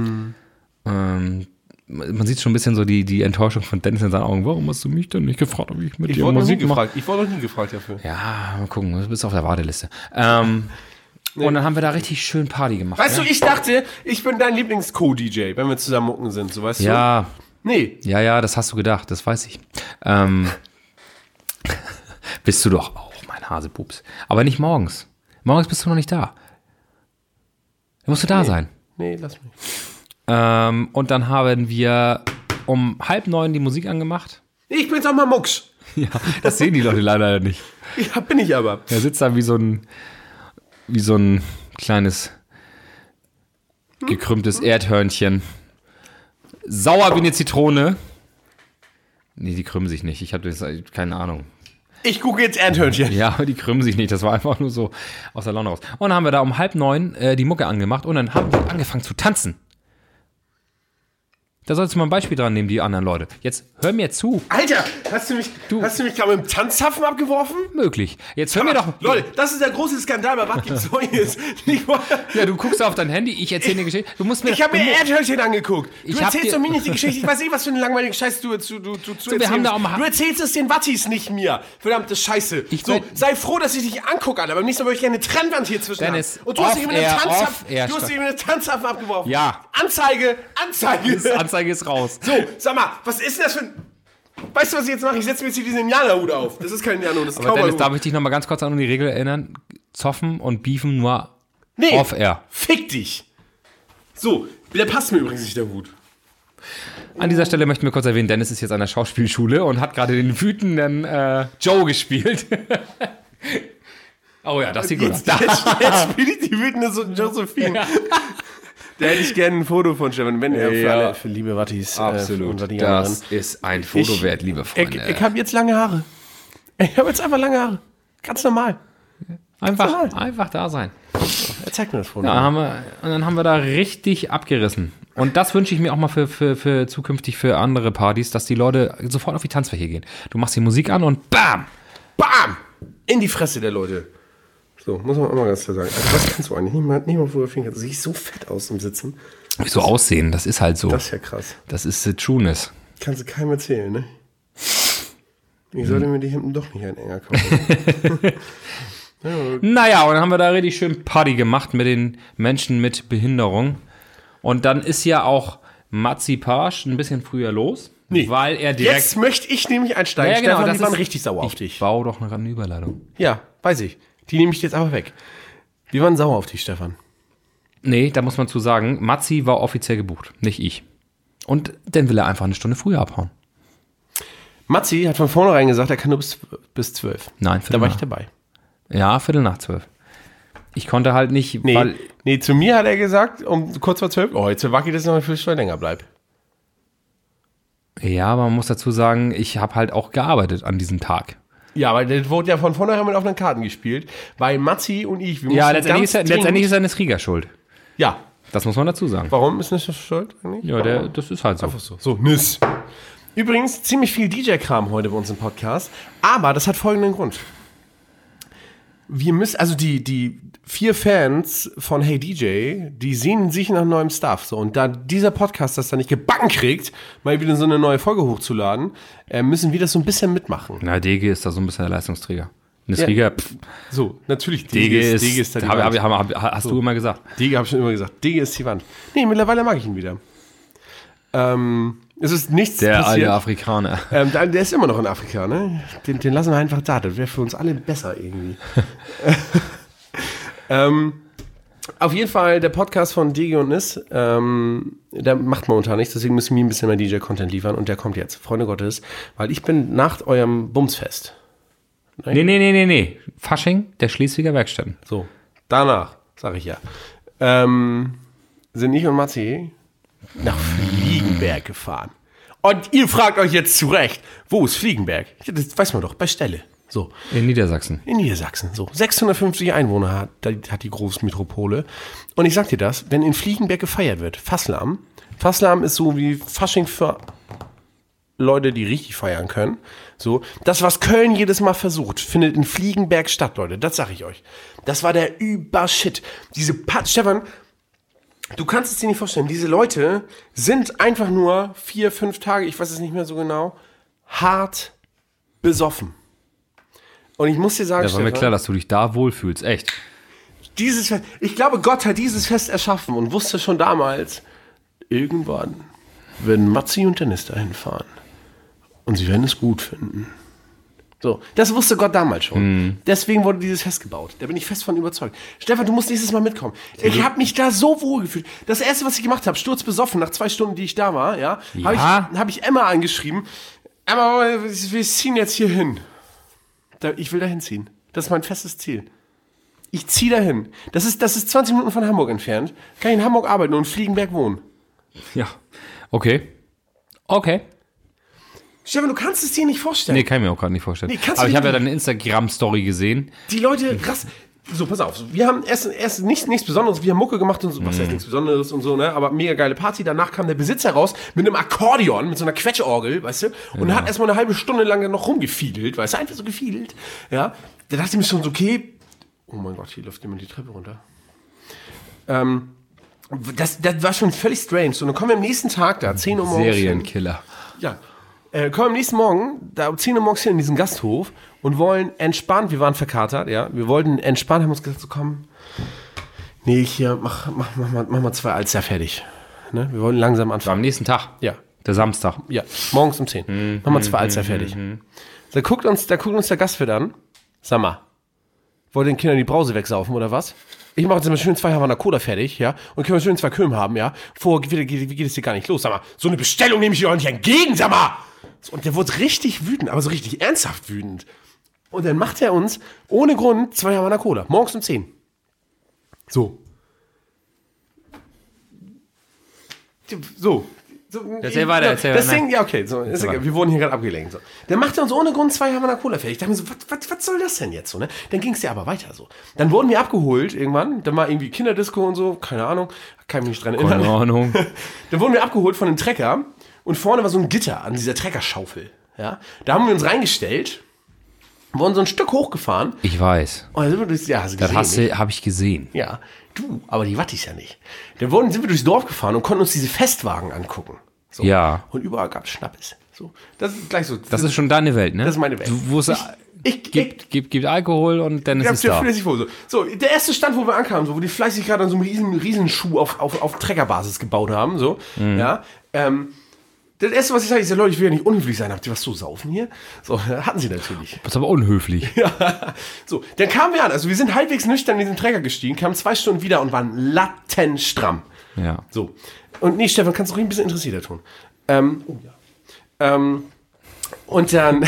Man sieht schon ein bisschen so die Enttäuschung von Dennis in seinen Augen. Warum hast du mich denn nicht gefragt, ob ich mit dir Musik mache?
Ich wurde noch nie gefragt dafür.
Ja, mal gucken, du bist auf der Warteliste. Und dann haben wir da richtig schön Party gemacht.
Weißt du, ich dachte, ich bin dein Lieblings-Co-DJ, wenn wir zusammen mucken sind, so weißt du?
Ja,
Nee.
ja, das hast du gedacht, das weiß ich. Bist du doch auch, mein Hasepups. Aber nicht morgens. Morgens bist du noch nicht da. Da musst du da sein.
Nee, lass mich.
Und dann haben wir um 8:30 die Musik angemacht.
Ich bin's auch mal Mucks.
Ja, das sehen die Leute leider nicht.
Ja, bin ich aber.
Er sitzt da wie so ein kleines gekrümmtes Erdhörnchen. Sauer wie eine Zitrone. Nee, die krümmen sich nicht. Ich habe keine Ahnung.
Ich gucke jetzt Erdhörnchen.
Ja, aber die krümmen sich nicht. Das war einfach nur so aus der Laune raus. Und dann haben wir da um 8:30 die Mucke angemacht und dann haben wir angefangen zu tanzen. Da sollst du mal ein Beispiel dran nehmen, die anderen Leute. Jetzt hör mir zu.
Alter, hast du mich gerade mit dem Tanzzapfen abgeworfen?
Möglich. Jetzt hör mir doch.
Leute, das ist der große Skandal, bei was gibt's Neues?
Ja, du guckst auf dein Handy, ich erzähle eine Geschichte. Du musst mir.
Ich habe mir Erdhörnchen angeguckt. Du
Ich hab
erzählst
dir-
doch mir nicht die Geschichte. Ich weiß nicht, was für einen langweiligen Scheiß du erzählst.
haben da auch mal-
Du erzählst es den Wattis nicht mir. Verdammte Scheiße. Sei froh, dass ich dich angucke, Alter. Beim nächsten Mal würde ich gerne eine Trennwand hier zwischen
Dennis,
haben. Und du hast dich mit einem
off-air,
Tanzzapfen abgeworfen.
Ja.
Anzeige.
Anzeige ist raus.
So, sag mal, was ist denn das für ein... Weißt du, was ich jetzt mache? Ich setze mir jetzt hier diesen Indianerhut auf. Das ist kein Indianerhut, das ist
Aber Dennis,
Cowboyhut.
darf ich dich noch mal ganz kurz an die Regel erinnern? zoffen und beefen nur
Nee,
off-air.
fick dich. So, der passt mir übrigens nicht, der Hut.
An dieser Stelle möchten wir kurz erwähnen, Dennis ist jetzt an der Schauspielschule und hat gerade den wütenden Joe gespielt. Oh ja, das sieht gut aus.
Jetzt spiele ich die wütende Josephine. Da hätte ich gerne ein Foto von Stefan, wenn er für liebe Wattis.
Absolut. Das ist ein Foto wert, liebe Freunde.
Ich habe jetzt lange Haare. Ich habe jetzt einfach lange Haare. Ganz normal.
Einfach da sein.
Er zeigt mir das Foto.
Ja, und dann haben wir da richtig abgerissen. Und das wünsche ich mir auch mal für zukünftig für andere Partys, dass die Leute sofort auf die Tanzfläche gehen. Du machst die Musik an und BAM!
BAM! In die Fresse der Leute. So, muss man auch mal ganz klar sagen. Also, was kannst du eigentlich? Nicht mal Fotografien. Du siehst so fett aus im Sitzen.
So aussehen, das ist halt so.
Das ist ja krass.
Das ist the trueness.
Kannst du keinem erzählen, ne? Ich sollte mir die Hemden doch nicht ein enger kaufen.
Naja, und dann haben wir da richtig schön Party gemacht mit den Menschen mit Behinderung. Und dann ist ja auch Matzi Page ein bisschen früher los.
Nee.
Weil er direkt...
Jetzt möchte ich nämlich einsteigen.
Ja, genau,
Stefan,
das
die waren
ist-
richtig sauer auf dich.
Ich baue doch eine Überleitung.
Ja, weiß ich. Die nehme ich jetzt aber weg. Die waren sauer auf dich, Stefan.
Nee, da muss man zu sagen, Matzi war offiziell gebucht, nicht ich. Und dann will er einfach eine Stunde früher abhauen.
Matzi hat von vornherein gesagt, er kann nur bis 12.
Nein,
Da war ich dabei.
Ja, 11:45. Ich konnte halt nicht,
Nee, zu mir hat er gesagt, um kurz vor 12, jetzt wacke ich, dass ich noch eine Viertelstunde länger bleib.
Ja, aber man muss dazu sagen, ich habe halt auch gearbeitet an diesem Tag.
Ja, aber das wurde ja von vornherein mit offenen Karten gespielt, weil Matzi und ich, wir
Ja,
mussten
letztendlich
ganz
ist er eine Krieger schuld.
Ja,
Das muss man dazu sagen.
warum ist nicht das schuld eigentlich?
Ja, das ist halt so.
Einfach so. So, Nis. Übrigens, ziemlich viel DJ-Kram heute bei uns im Podcast, aber das hat folgenden Grund. Wir müssen, also die 4 Fans von Hey DJ, die sehnen sich nach neuem Stuff. So, und da dieser Podcast das dann nicht gebacken kriegt, mal wieder so eine neue Folge hochzuladen, müssen wir das so ein bisschen mitmachen.
Na, Dege ist da so ein bisschen der Leistungsträger. Eine Krieger,
So, natürlich,
Dege ist
da die Wand.
hast du immer gesagt.
Dege habe ich schon immer gesagt. Dege ist die Wand. Nee, mittlerweile mag ich ihn wieder. Es ist nichts
Der
passiert.
alte Afrikaner.
Der ist immer noch in Afrika, ne? Den lassen wir einfach da. Das wäre für uns alle besser irgendwie. Auf jeden Fall der Podcast von Dege und Nis, der macht momentan nichts, deswegen müssen wir ein bisschen mehr DJ-Content liefern und der kommt jetzt, Freunde Gottes, weil ich bin nach eurem Bumsfest.
Nee. Fasching der Schleswiger Werkstätten.
So, danach, sag ich ja, sind ich und Matzi nach Fliegenberg gefahren. Und ihr fragt euch jetzt zu Recht, wo ist Fliegenberg? Ja, das weiß man doch, bei Stelle. So.
In Niedersachsen.
In Niedersachsen, so. 650 Einwohner hat die Großmetropole. Und ich sag dir das, wenn in Fliegenberg gefeiert wird, Fasslam ist so wie Fasching für Leute, die richtig feiern können. So, das, was Köln jedes Mal versucht, findet in Fliegenberg statt, Leute. Das sag ich euch. Das war der Übershit. Stefan, du kannst es dir nicht vorstellen. Diese Leute sind einfach nur 4-5 Tage, ich weiß es nicht mehr so genau, hart besoffen. Und ich muss dir sagen,
Das war mir
Stefan,
klar, dass du dich da wohlfühlst. Echt.
dieses Fest, ich glaube, Gott hat dieses Fest erschaffen und wusste schon damals, irgendwann werden Matzi und Dennis dahin fahren. Und sie werden es gut finden. So, das wusste Gott damals schon. Deswegen wurde dieses Fest gebaut. Da bin ich fest von überzeugt. Stefan, du musst nächstes Mal mitkommen. Ich habe mich da so wohl gefühlt. Das erste, was ich gemacht habe, sturzbesoffen, nach 2 Stunden, die ich da war, habe ich Emma angeschrieben. Emma, wir ziehen jetzt hier hin. Ich will da hinziehen. Das ist mein festes Ziel. Ich ziehe da hin. Das ist 20 Minuten von Hamburg entfernt. Kann ich in Hamburg arbeiten und in Fliegenberg wohnen.
Ja. Okay.
Stefan, du kannst es dir nicht vorstellen.
Nee, kann ich mir auch gerade nicht vorstellen.
Nee, kannst
aber
du
ich habe ja
nicht.
deine Instagram-Story gesehen.
Die Leute, krass. So, pass auf. Wir haben erst nichts Besonderes. Wir haben Mucke gemacht und so. Was heißt nichts Besonderes und so, ne? Aber mega geile Party. Danach kam der Besitzer raus mit einem Akkordeon, mit so einer Quetschorgel, weißt du? Und hat erstmal eine halbe Stunde lang noch rumgefiedelt, weißt du? Einfach so gefiedelt. Ja. Da dachte ich mir schon so, okay. Oh mein Gott, hier läuft jemand die Treppe runter. Das war schon völlig strange. Und dann kommen wir am nächsten Tag da, 10 Uhr morgens.
Serienkiller.
Ja. Kommen am nächsten Morgen, da um 10 Uhr morgens hier in diesen Gasthof und wollen entspannt, wir waren verkatert, ja, wir wollten entspannt, haben uns gesagt, so komm, nee, hier, mach mal 2 Alster fertig. Ne? Wir wollen langsam
War
anfangen.
am nächsten Tag.
Ja,
Der Samstag.
ja, morgens um 10. Mach mal 2 Alster fertig. Da guckt uns der Gastwirt an, sag mal, Wollt ihr den Kindern die Brause wegsaufen oder was? Ich mache jetzt mal schön 2 Havana Cola fertig, ja? Und können wir schön 2 Köhm haben, ja? Wie geht es hier gar nicht los? Sag mal, so eine Bestellung nehme ich dir auch nicht entgegen, sag mal! Und der wurde richtig wütend, aber so richtig ernsthaft wütend. Und dann macht er uns ohne Grund 2 Havana Cola. Morgens um 10. So.
Erzähl weiter.
Deswegen, ja, okay, so, ist egal, wir wurden hier gerade abgelenkt. So. Dann macht er uns ohne Grund 2 Havana Cola fertig. Ich dachte mir so, was soll das denn jetzt so, ne? Dann ging es ja aber weiter so. Dann wurden wir abgeholt irgendwann, dann war irgendwie Kinderdisco und so, keine Ahnung, kann mich nicht dran erinnern.
Keine Ahnung.
Dann wurden wir abgeholt von einem Trecker und vorne war so ein Gitter an dieser Treckerschaufel, ja? Da haben wir uns reingestellt, wurden so ein Stück hochgefahren.
Ich weiß.
Und dann sind wir durchs, ja, hast du gesehen,
habe ich gesehen.
ja, du, aber die Wattis ja nicht. Dann sind wir durchs Dorf gefahren und konnten uns diese Festwagen angucken. So.
Ja.
Und überall gab es Schnappes. So. Das ist gleich so.
Das ist schon deine Welt, ne?
Das ist meine Welt.
Wo es gibt Alkohol und dann ist es da.
So, der erste Stand, wo wir ankamen, so, wo die fleißig gerade an so einem riesen Schuh auf Treckerbasis gebaut haben, so, ja, das erste, was ich sage, ist ja, Leute, ich will ja nicht unhöflich sein. Habt ihr was zu saufen hier? So, hatten sie natürlich.
Das ist aber unhöflich.
Ja. So, dann kamen wir an. Also wir sind halbwegs nüchtern in diesen Trecker gestiegen, kamen 2 Stunden wieder und waren lattenstramm.
Ja.
So. Und nee, Stefan, kannst du ruhig ein bisschen interessierter tun. Und dann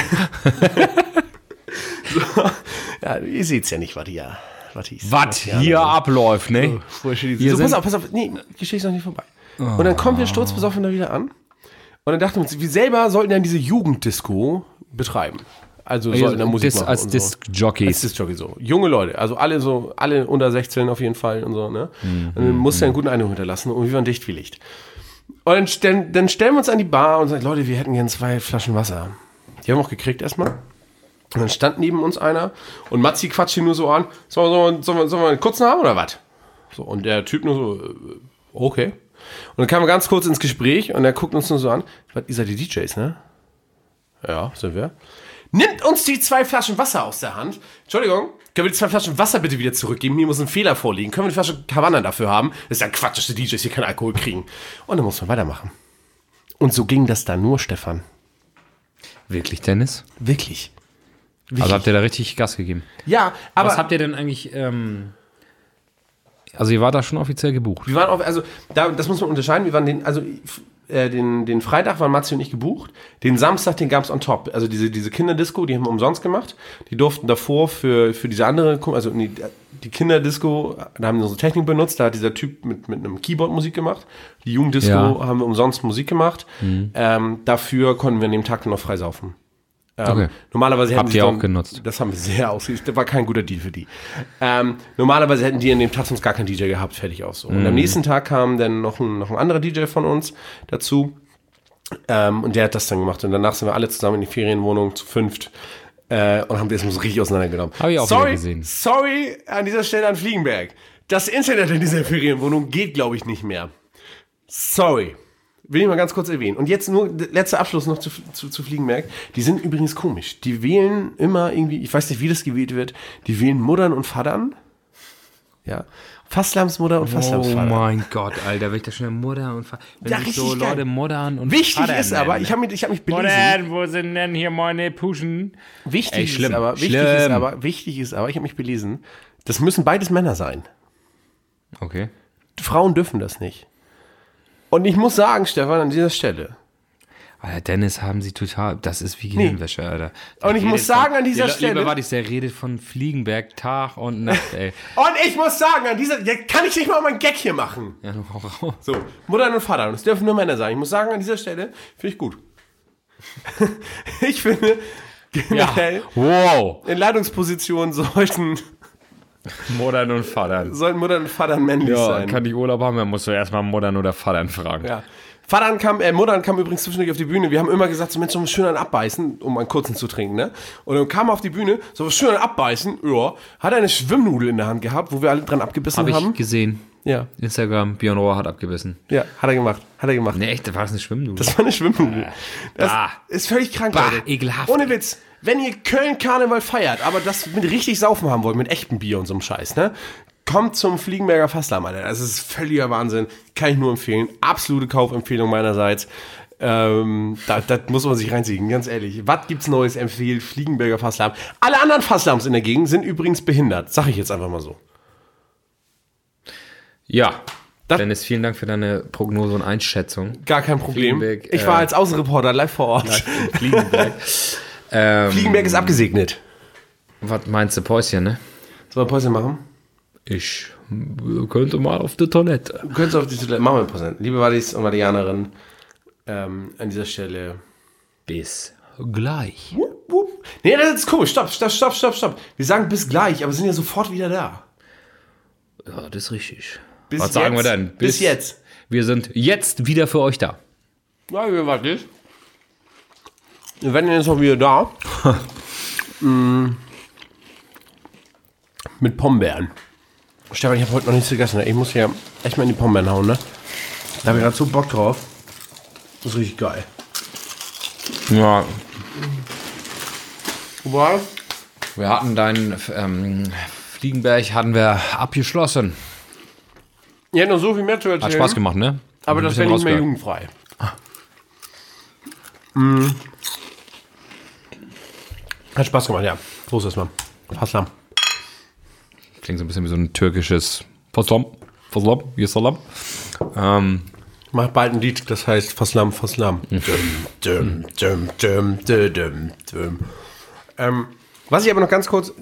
so, ja, ihr seht's ja nicht, was
hier abläuft, ne?
So, pass auf, nee, die Geschichte ist noch nicht vorbei. Und dann kommen wir sturzbesoffen da wieder an. Und dann dachten wir uns, wir selber sollten dann diese Jugenddisco betreiben. Also sollten da Musik machen.
Als Disc-Jockeys.
Als Disc-Jockey, so. Junge Leute, also alle unter 16 auf jeden Fall und so, ne? Und dann musst du einen guten Eindruck hinterlassen und wir waren dicht wie Licht. Und dann stellen wir uns an die Bar und sagen, Leute, wir hätten gern 2 Flaschen Wasser. Die haben wir auch gekriegt erstmal. Und dann stand neben uns einer und Matzi quatscht ihn nur so an, sollen wir einen kurzen haben oder was? So, und der Typ nur so, okay. Und dann kamen wir ganz kurz ins Gespräch und er guckt uns nur so an, ihr seid die DJs, ne? Ja, sind wir. Nimmt uns die 2 Flaschen Wasser aus der Hand. Entschuldigung, können wir die 2 Flaschen Wasser bitte wieder zurückgeben? Hier muss ein Fehler vorliegen. Können wir die Flasche Havanna dafür haben? Das ist ja Quatsch, dass die DJs hier keinen Alkohol kriegen. Und dann muss man weitermachen. Und so ging das da nur, Stefan.
Wirklich, Dennis?
Wirklich.
Also habt ihr da richtig Gas gegeben?
Ja, aber...
Was habt ihr denn eigentlich... Also ihr wart da schon offiziell gebucht?
Wir waren das muss man unterscheiden. Wir waren den Freitag waren Matzi und ich gebucht. Den Samstag, den gab es on top. Also diese Kinderdisco, die haben wir umsonst gemacht. Die durften davor für diese andere, also die Kinderdisco, da haben wir unsere Technik benutzt. Da hat dieser Typ mit einem Keyboard Musik gemacht. Die Jugenddisco haben wir umsonst Musik gemacht. Dafür konnten wir an dem Tag dann noch frei saufen.
Okay.
Normalerweise
habt ihr auch genutzt?
Das haben wir sehr ausgesucht. Das war kein guter Deal für die. Normalerweise hätten die an dem Tag sonst gar keinen DJ gehabt, fertig aus. So. Und am nächsten Tag kam dann noch ein anderer DJ von uns dazu. Und der hat das dann gemacht. Und danach sind wir alle zusammen in die Ferienwohnung zu 5 und haben das so richtig auseinandergenommen.
Habe ich auch wieder gesehen.
Sorry an dieser Stelle an Fliegenberg. Das Internet in dieser Ferienwohnung geht, glaube ich, nicht mehr. Sorry. Will ich mal ganz kurz erwähnen. Und jetzt nur letzter Abschluss noch zu Fliegenberg. Die sind übrigens komisch. Die wählen immer irgendwie, ich weiß nicht, wie das gewählt wird, die wählen Muttern und Vatern. Ja. Fastlamsmutter und Fastlamsvater.
Oh mein Gott, Alter, wenn ich da schnell Mutter und Vater...
Ja, richtig so
geil. Leute Muttern und
wichtig
Vater
ist
nennen.
aber, ich hab mich belesen.
Muttern, wo sind denn hier meine Puschen?
Wichtig ist aber, ich habe mich belesen, das müssen beides Männer sein.
Okay.
Frauen dürfen das nicht. Und ich muss sagen, Stefan, an dieser Stelle.
Alter, Dennis haben sie total, das ist wie Gehirnwäsche, Alter.
Und ich muss sagen, an dieser Stelle.
Der redet von Fliegenberg Tag und Nacht, ey.
Und ich muss sagen, kann ich nicht mal meinen Gag hier machen.
Ja,
so, Mutter und Vater, und es dürfen nur Männer sein. Ich muss sagen, an dieser Stelle finde ich gut. Ich finde generell in Leitungspositionen sollten
Muttern und Vatern.
Sollten Muttern und Vatern männlich sein.
Kann ich Urlaub haben, dann musst du erstmal Muttern oder Vatern fragen.
Ja. Muttern kam übrigens zwischendurch auf die Bühne. Wir haben immer gesagt, so Mensch, sollen wir schön an abbeißen, um einen kurzen zu trinken, ne? Und dann kam er auf die Bühne, sollen wir schön an abbeißen, ja. Hat eine Schwimmnudel in der Hand gehabt, wo wir alle dran abgebissen haben.
Hab ich gesehen.
Ja.
Instagram, Björn Rohr hat abgebissen.
Ja, hat er gemacht.
Ne, echt, war das eine Schwimmnudel?
Das war eine Schwimmnudel. Das ist völlig krank, Leute.
Ekelhaft.
Ohne Witz. Wenn ihr Köln-Karneval feiert, aber das mit richtig saufen haben wollt, mit echtem Bier und so einem Scheiß, ne? Kommt zum Fliegenberger Fastlam, Alter. Das ist völliger Wahnsinn. Kann ich nur empfehlen. Absolute Kaufempfehlung meinerseits. Das muss man sich reinziehen, ganz ehrlich. Was gibt's Neues? Empfiehlt Fliegenberger Fasslahm. Alle anderen Fasslams in der Gegend sind übrigens behindert. Sag ich jetzt einfach mal so.
Ja. Dennis, vielen Dank für deine Prognose und Einschätzung.
Gar kein Problem. Ich war als Außenreporter live vor Ort.
Live in Fliegenberg.
Fliegenberg ist abgesegnet.
Was meinst du, Päuschen, ne?
Sollen wir Päuschen machen?
Ich könnte mal auf die Toilette.
Du könntest auf die Toilette. Machen wir Päuschen. Liebe Wadis und Wadianerinnen, an dieser Stelle.
Bis gleich.
Nee, das ist komisch. Stopp. Wir sagen bis gleich, aber sind ja sofort wieder da.
Ja, das ist richtig.
Was sagen wir denn? Bis jetzt.
Wir sind jetzt wieder für euch da.
Ja, wir warten. Wir werden jetzt auch wieder da. Mit Pombeeren. Stefan, ich habe heute noch nichts gegessen. Ne? Ich muss ja echt mal in die Pombeeren hauen, ne? Da habe ich gerade so Bock drauf. Das ist richtig geil.
Ja.
Was?
Wir hatten deinen Fliegenberg hatten wir abgeschlossen.
Ihr hättet noch so viel mehr zu erzählen.
Hat Spaß gemacht, ne?
Aber das wäre nicht mehr jugendfrei. Hat Spaß gemacht, ja. Groß erstmal. Faslam.
Klingt so ein bisschen wie so ein türkisches Faslam, Yesalam.
Macht bald ein Lied, das heißt Faslam. Was ich aber noch ganz kurz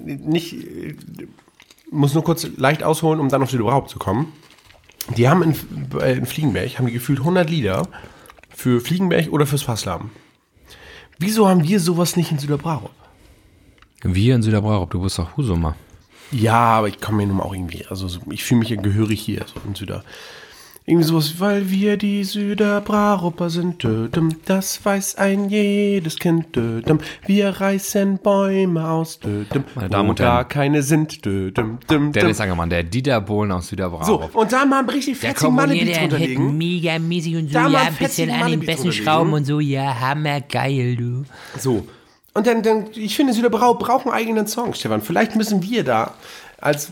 muss nur kurz leicht ausholen, um dann auf Süderbrauch zu kommen. Die haben in Fliegenberg, haben die gefühlt 100 Lieder für Fliegenberg oder fürs Faslam. Wieso haben wir sowas nicht in Süderbrauch?
Wir in Süderbrauch, du bist doch Husumer.
Ja, aber ich komme mir nun auch irgendwie, also ich fühle mich ja gehörig hier, so in Süder. Irgendwie sowas, weil wir die Süderbraucher sind, das weiß ein jedes Kind, wir reißen Bäume aus,
meine Damen und
wo
Herren,
gar keine sind.
Dennis Angermann, der Dieter Bohlen aus Süderbrauch.
So, und da mal richtig fetzigen Mannebeats unterlegen.
Mega mäßig und so,
Da mal
ja, ein bisschen
fetzigen
an den
Mannebeats
besten
unterlegen.
Schrauben und so, ja, hammergeil, du.
So, und dann ich finde, Süderbrauch braucht einen eigenen Song, Stefan. Vielleicht müssen wir da als...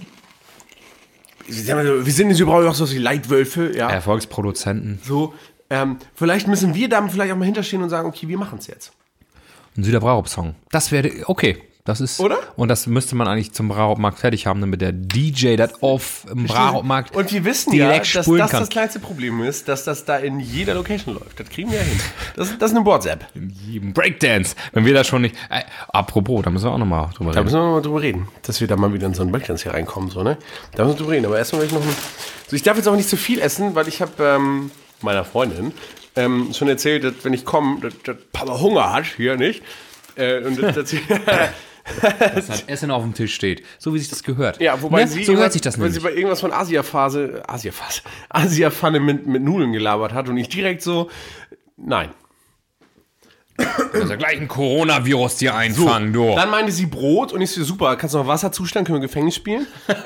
Wir sind in Süderbrauch auch so wie Leitwölfe, ja.
Erfolgsproduzenten.
So, vielleicht müssen wir da vielleicht auch mal hinterstehen und sagen, okay, wir machen es jetzt.
Ein Süderbrauch-Song. Das wäre, okay. Das ist,
oder?
Und das müsste man eigentlich zum Brauchmarkt fertig haben, damit der DJ das auf im Brauchmarkt
und wir wissen ja, dass das kleinste Problem ist, dass das da in jeder Location läuft. Das kriegen wir ja hin. Das ist eine WhatsApp.
In jedem Breakdance. Wenn wir das schon nicht... apropos, da müssen wir auch nochmal drüber reden.
Da müssen wir mal drüber reden, dass wir da mal wieder in so einen Breakdance hier reinkommen. So, ne? Da müssen wir drüber reden. Aber erstmal will ich noch... So, ich darf jetzt auch nicht zu viel essen, weil ich habe meiner Freundin schon erzählt, dass wenn ich komme, dass Papa Hunger hat, hier nicht. Und dass
dass halt Essen auf dem Tisch steht. So wie sich das gehört.
Ja, wobei
ne? So hört sich das
weil
nämlich.
sie bei irgendwas von Asiapfanne mit Nudeln gelabert hat und ich direkt so, nein.
Du hast ja gleich ein Coronavirus dir einfangen,
so,
du.
Dann meinte sie Brot und ich so, super, kannst du noch Wasser zustellen, können wir Gefängnis spielen?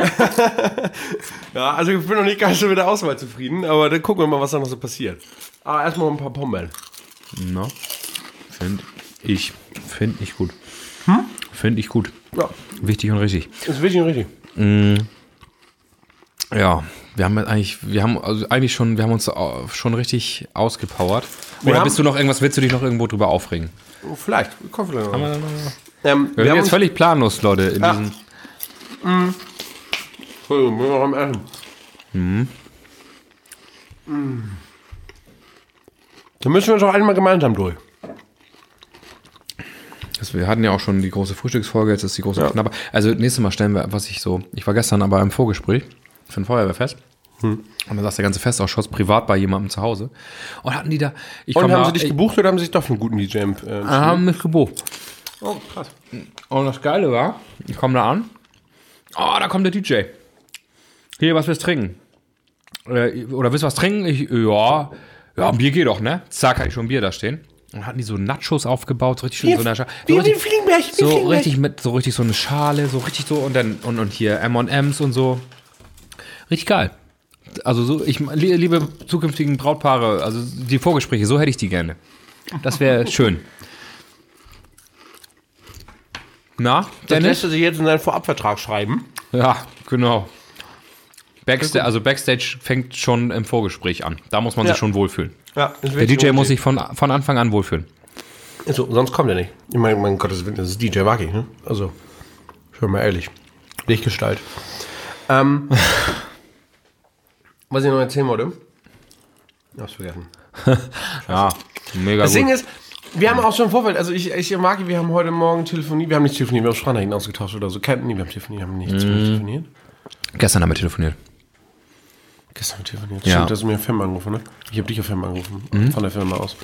Ja, also ich bin noch nicht ganz so mit der Auswahl zufrieden, aber dann gucken wir mal, was da noch so passiert. Aber erstmal ein paar Pombeeren.
Na, finde ich gut. Finde ich gut.
Ja.
Wichtig und richtig.
Ist wichtig und richtig.
Ja, wir haben uns schon richtig ausgepowert. Oder willst du dich noch irgendwo drüber aufregen?
Oh, vielleicht. Komm vielleicht noch.
Wir sind jetzt völlig planlos, Leute, in diesen...
Entschuldigung, wir sind noch am Essen. Dann müssen wir uns auch einmal gemeinsam durch.
Wir hatten ja auch schon die große Frühstücksfolge, jetzt ist die große Knabber. Also nächstes Mal stellen wir, ich war gestern aber im Vorgespräch für ein Feuerwehrfest. Und dann saß der ganze Festausschuss privat bei jemandem zu Hause. Und hatten die da...
haben sie dich gebucht oder haben sie sich doch für einen guten DJ
haben mich gebucht.
Oh, krass.
Und das Geile war, ich komme da an. Oh, da kommt der DJ. Hier, was willst du trinken? Oder willst du was trinken? Ja, ein Bier geht doch, ne? Zack, hatte ich schon ein Bier da stehen. Und hatten die so Nachos aufgebaut, so richtig schön so eine Schale.
Wie Fliegenberg.
So richtig so eine Schale, so richtig so und dann und hier M&M's und so. Richtig geil. Also so, ich liebe zukünftigen Brautpaare, also die Vorgespräche, so hätte ich die gerne. Das wäre schön. Na,
Das
Dennis?
lässt er sich jetzt in seinen Vorabvertrag schreiben.
Ja, genau. Backstage fängt schon im Vorgespräch an. Da muss man sich schon wohlfühlen.
Ja,
der DJ muss sich von Anfang an wohlfühlen.
So, sonst kommt er nicht. Ich meine, mein Gott, das ist DJ Waki, ne? Also, schon mal ehrlich. Lichtgestalt. Was ich noch erzählen wollte. Hab's vergessen.
Ja, mega
Das
gut.
Ding ist, wir haben auch schon im Vorfeld, also ich und Maki, wir haben heute Morgen telefoniert. Wir haben nicht telefoniert, wir haben Sprachnachrichten ausgetauscht oder so. Wir haben telefoniert, haben nicht telefoniert.
Gestern haben wir telefoniert.
Gestern haben wir telefoniert.
Ja.
Stimmt, du hast mir auf Firma angerufen, ne? Ich habe dich auf Firma angerufen. Von der Firma aus.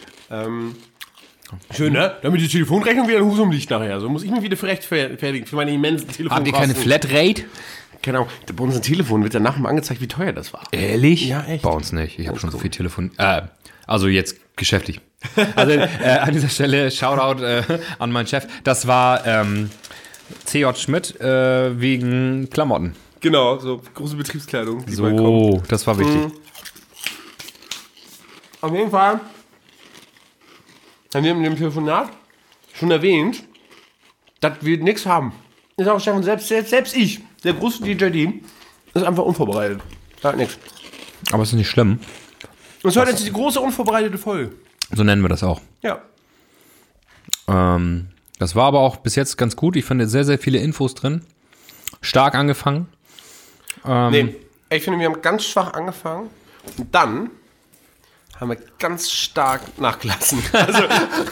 Schön, ne? Damit die Telefonrechnung wieder in Husum liegt nachher. So muss ich mich wieder rechtfertigen für meine immensen Telefonkosten.
Habt ihr keine Flatrate?
Genau. Bei unserem Telefon wird danach mal angezeigt, wie teuer das war.
Ehrlich?
Ja, echt.
Bei uns nicht. Ich habe schon so viel Telefon. Also jetzt geschäftlich. Also an dieser Stelle Shoutout an meinen Chef. Das war CJ Schmidt wegen Klamotten.
Genau, so große Betriebskleidung. Die bald kommt.
So, das war wichtig.
Auf jeden Fall haben wir in dem Telefonat schon erwähnt, dass wir nichts haben. Ich sage Stefan, selbst ich, der große DJ, ist einfach unvorbereitet. Sagt nichts.
Aber es ist nicht schlimm.
Und heute ist die große unvorbereitete Folge.
So nennen wir das auch.
Ja.
Das war aber auch bis jetzt ganz gut. Ich fand sehr, sehr viele Infos drin. Stark angefangen.
Nee, ich finde, wir haben ganz schwach angefangen und dann haben wir ganz stark nachgelassen. Also,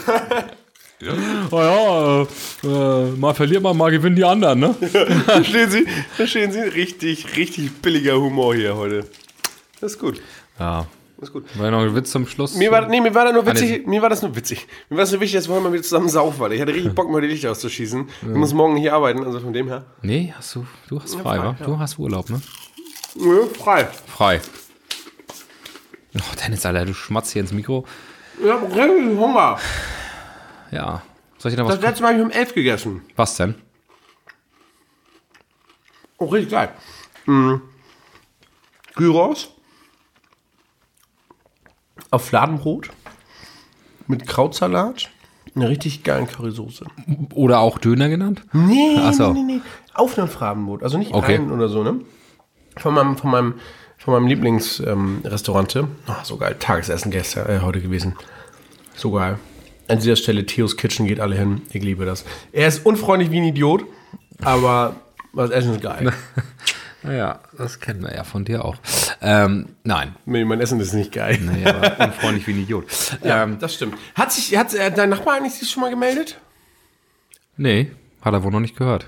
Mal verliert man, mal gewinnen die anderen, ne?
verstehen Sie? Richtig billiger Humor hier heute. Das ist gut.
Ja.
Das ist gut.
War noch ein Witz zum Schluss?
Mir war das nur witzig. Mir war das nur wichtig, dass wir heute mal wieder zusammen saufen, weil ich hatte richtig Bock, mal die Lichter auszuschießen. Ich muss morgen hier arbeiten, also von dem her.
Nee, du hast frei, wa?
ja.
Du hast Urlaub, ne?
Nö, frei.
Frei. Oh, Dennis, Alter, du schmatzt hier ins Mikro.
Ich hab richtig Hunger.
Ja. Soll ich dir noch
Das
was?
letzte Mal habe ich um 11 gegessen.
Was denn?
Oh, richtig geil. Gyros. Auf Fladenbrot. Mit Krautsalat. Einer richtig geilen Currysoße.
Oder auch Döner genannt?
Nee,
Ach so.
nee. Auf einem Fladenbrot. Also nicht
Okay.
einen oder so, ne? Von meinem Lieblingsrestaurant. So geil. Tagesessen gestern, heute gewesen. So geil. An dieser Stelle, Theos Kitchen, geht alle hin. Ich liebe das. Er ist unfreundlich wie ein Idiot, aber das Essen ist geil.
Ja, das kennen wir ja von dir auch. Nein.
Nee, mein Essen ist nicht geil.
Nee, aber unfreundlich wie ein Idiot.
Ja, das stimmt. Hat dein Nachbar eigentlich sich schon mal gemeldet?
Nee, hat er wohl noch nicht gehört.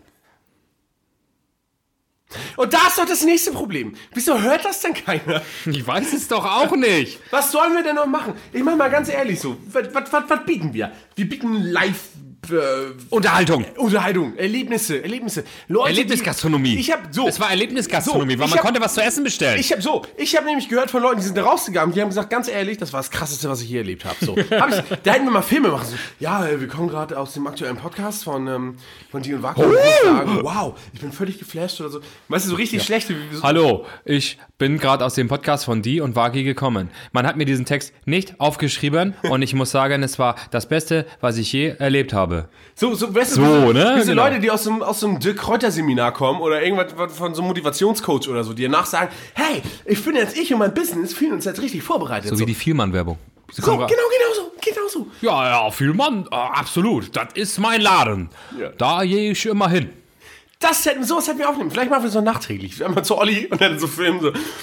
Und da ist doch das nächste Problem. Wieso hört das denn keiner?
Ich weiß es doch auch nicht.
Was sollen wir denn noch machen? Ich meine mal ganz ehrlich so, was bieten wir? Wir bieten live
Unterhaltung.
Erlebnisse. Leute,
Erlebnisgastronomie. Es war Erlebnisgastronomie, weil man konnte was zu essen bestellen.
Ich habe nämlich gehört von Leuten, die sind da rausgegangen, die haben gesagt, ganz ehrlich, das war das Krasseste, was ich je erlebt habe. So, da hätten wir mal Filme machen. So, ja, wir kommen gerade aus dem aktuellen Podcast von Die und Wagner. Und ich sagen, wow, ich bin völlig geflasht oder so. Weißt du, so richtig schlecht.
Hallo, ich bin gerade aus dem Podcast von Die und Wagi gekommen. Man hat mir diesen Text nicht aufgeschrieben und ich muss sagen, es war das Beste, was ich je erlebt habe.
Weißt
So, ne?
Diese
Genau.
Leute, die aus so einem Dirk Kräuter Seminar kommen oder irgendwas von so einem Motivationscoach oder so, die danach sagen, hey, ich und mein Business fühlen uns jetzt richtig vorbereitet.
So wie die Vielmann-Werbung.
genau so.
Ja, Vielmann, absolut. Das ist mein Laden.
Ja.
Da gehe ich immer hin.
Sowas hätten wir aufnehmen. Vielleicht machen wir so nachträglich. Wir haben mal zu Olli und dann so filmen.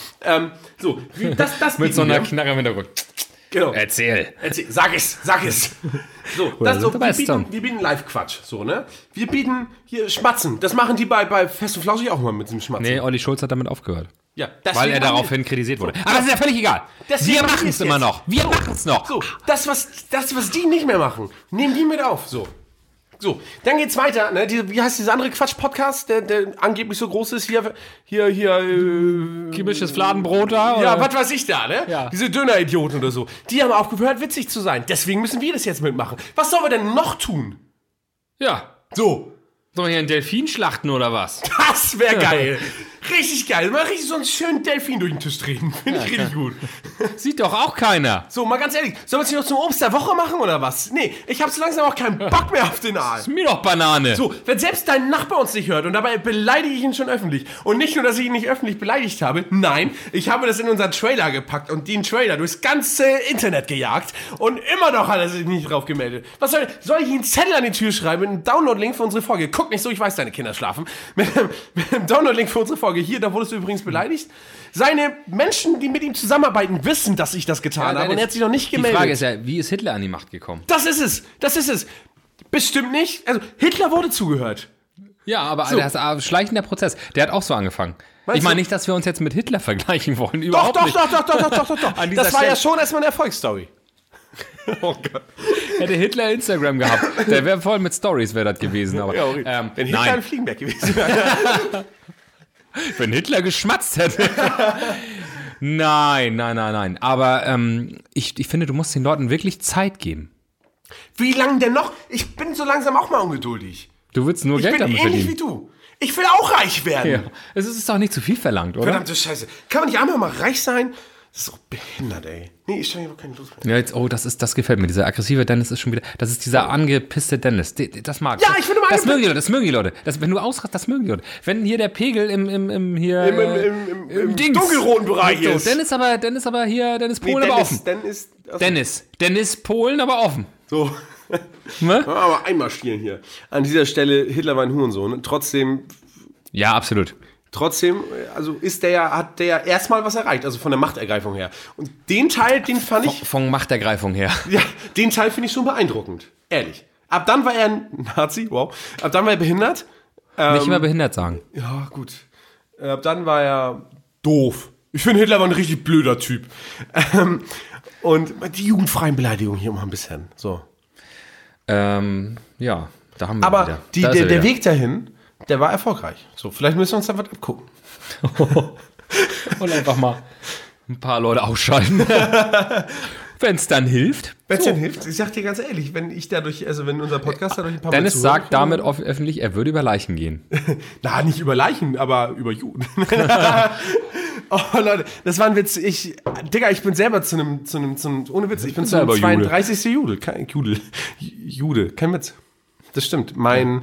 Das
Mit so einer
bieten wir.
Knarre im Hintergrund.
Genau.
Erzähl.
Sag es. So, wir bieten Live-Quatsch. So, ne? Wir bieten hier Schmatzen. Das machen die bei Fest und Flauschig auch mal mit dem Schmatzen.
Nee, Olli Schulz hat damit aufgehört.
Ja,
Weil er daraufhin kritisiert wurde. Aber das ist ja völlig egal.
Deswegen
Wir
machen
machen
wir
es
es
immer
jetzt.
noch. Wir machen es noch.
So, das, was die nicht mehr machen, nehmen die mit auf. So, dann geht's weiter. Ne? Wie heißt dieser andere Quatsch-Podcast, der angeblich so groß ist? Hier.
Kibisches Fladenbrot da?
Ja,
oder?
was weiß ich da, ne?
Ja.
Diese Döner-Idioten oder so. Die haben aufgehört, witzig zu sein. Deswegen müssen wir das jetzt mitmachen. Was sollen wir denn noch tun?
Ja.
So,
Sollen wir hier einen Delfin schlachten oder was?
das wäre geil. Richtig geil. Mal richtig so einen schönen Delfin durch den Tisch treten. Finde ich richtig gut.
Sieht doch auch keiner.
So, mal ganz ehrlich, sollen wir es hier noch zum Obst der Woche machen oder was? Nee, ich habe so langsam auch keinen Bock mehr auf den Aal.
Ist mir doch Banane.
So, wenn selbst dein Nachbar uns nicht hört und dabei beleidige ich ihn schon öffentlich. Und nicht nur, dass ich ihn nicht öffentlich beleidigt habe, nein, ich habe das in unseren Trailer gepackt und den Trailer durchs ganze Internet gejagt und immer noch hat er sich nicht drauf gemeldet. Was soll ich einen Zettel an die Tür schreiben mit einem Download-Link für unsere Folge? Guck nicht so, ich weiß, deine Kinder schlafen. Mit einem Download-Link für unsere Folge. Hier, da wurdest du übrigens beleidigt. Seine Menschen, die mit ihm zusammenarbeiten, wissen, dass ich das getan habe und er hat sich noch nicht gemeldet.
Die Frage ist ja, wie ist Hitler an die Macht gekommen?
Das ist es. Bestimmt nicht. Also, Hitler wurde zugehört.
Ja, aber das ist ein schleichender Prozess. Der hat auch so angefangen.
Meinst
Ich meine
du?
nicht, dass wir uns jetzt mit Hitler vergleichen wollen.
Doch.
Überhaupt nicht.
An dieser das war ja schon erstmal eine Erfolgsstory.
Oh Gott. Hätte Hitler Instagram gehabt, der wäre voll mit Stories, wäre das gewesen. Aber,
wenn Hitler ein Fliegenberg gewesen wäre.
Wenn Hitler geschmatzt hätte. Nein. Aber ich finde, du musst den Leuten wirklich Zeit geben.
Wie lange denn noch? Ich bin so langsam auch mal ungeduldig.
Du willst nur Geld damit verdienen.
Ich bin ähnlich wie du. Ich will auch reich werden.
Ja. Es ist doch nicht zu viel verlangt, oder?
Verdammte Scheiße. Kann man nicht einmal mal reich sein? Das ist doch behindert, ey. Nee, ich habe keine Lust mehr.
Ja, jetzt, das gefällt mir. Dieser aggressive Dennis ist schon wieder. Das ist dieser angepisste Dennis. Das mag ich.
Ja, ich finde mal.
Das mögen die Leute. Wenn du ausrastest, das mögen die Leute. Wenn hier der Pegel im
dunkelroten Bereich ist.
Dennis Polen aber offen. Dennis Polen aber offen.
So. Ne? Aber einmarschieren hier. An dieser Stelle, Hitler war ein Hurensohn. Trotzdem.
Ja, absolut.
Trotzdem, also hat der ja erstmal was erreicht, also von der Machtergreifung her. Und den Teil, den fand ich...
Von Machtergreifung her.
Ja, den Teil finde ich schon beeindruckend. Ehrlich. Ab dann war er ein Nazi, wow. Ab dann war er behindert.
Nicht immer behindert sagen.
Ja, gut. Ab dann war er doof. Ich finde, Hitler war ein richtig blöder Typ. Und die jugendfreien Beleidigungen hier immer ein bisschen. So.
Ja, da haben wir
aber
wieder.
Der Weg dahin... Der war erfolgreich. So, vielleicht müssen wir uns da was abgucken.
Und einfach mal ein paar Leute ausschalten. Wenn es dann hilft.
Wenn es dann hilft. Ich sag dir ganz ehrlich, wenn unser Podcast dadurch ein paar
Dennis sagt damit öffentlich, er würde über Leichen gehen.
Na, nicht über Leichen, aber über Juden. Oh, Leute, das war ein Witz. Ich bin selber zu einem ohne Witz, ich bin zum 32. Jude. Jude, kein Witz. Das stimmt.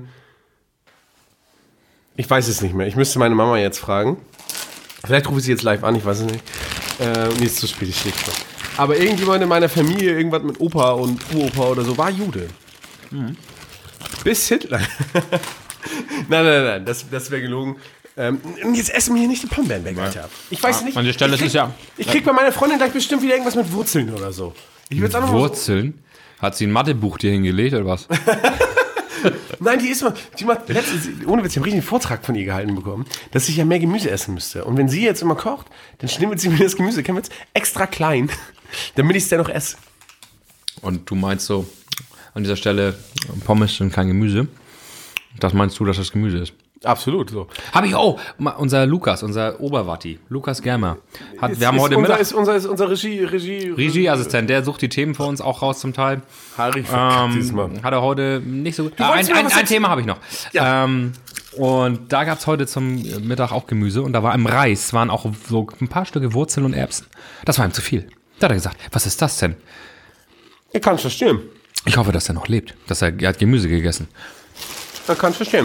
Ich weiß es nicht mehr. Ich müsste meine Mama jetzt fragen. Vielleicht rufe ich sie jetzt live an, ich weiß es nicht. Nee, ist zu spät, ich schläge schon. Aber irgendjemand in meiner Familie, irgendwas mit Opa und Uropa oder so, war Jude. Mhm. Bis Hitler. Nein, das wäre gelogen. Jetzt essen wir hier nicht die Pombeeren weg, Alter. Ich weiß nicht.
An der Stelle ist es ja...
Ich krieg bei meiner Freundin gleich bestimmt wieder irgendwas mit Wurzeln oder so.
Wurzeln? Hat sie ein Mathebuch dir hingelegt oder was?
Nein, die macht letztens, ohne Witz, ich habe einen richtigen Vortrag von ihr gehalten bekommen, dass ich ja mehr Gemüse essen müsste. Und wenn sie jetzt immer kocht, dann schnippelt sie mir das Gemüse, kein Witz, extra klein, damit ich es dennoch esse.
Und du meinst so, an dieser Stelle, Pommes sind kein Gemüse. Das meinst du, dass das Gemüse ist?
Absolut, so.
Habe ich auch. Unser Lukas, unser Oberwatti, Lukas Germer. Wir haben heute
Mittag... Ist unser
Regieassistent, der sucht die Themen für uns auch raus zum Teil.
Harry,
hat er heute nicht so gut... Ein Thema habe ich noch. Ja. Und da gab es heute zum Mittag auch Gemüse und da war im Reis, waren auch so ein paar Stücke Wurzeln und Erbsen. Das war ihm zu viel. Da hat er gesagt, was ist das denn?
Ich kann es verstehen.
Ich hoffe, dass er noch lebt. Er hat Gemüse gegessen.
Ich kann es verstehen.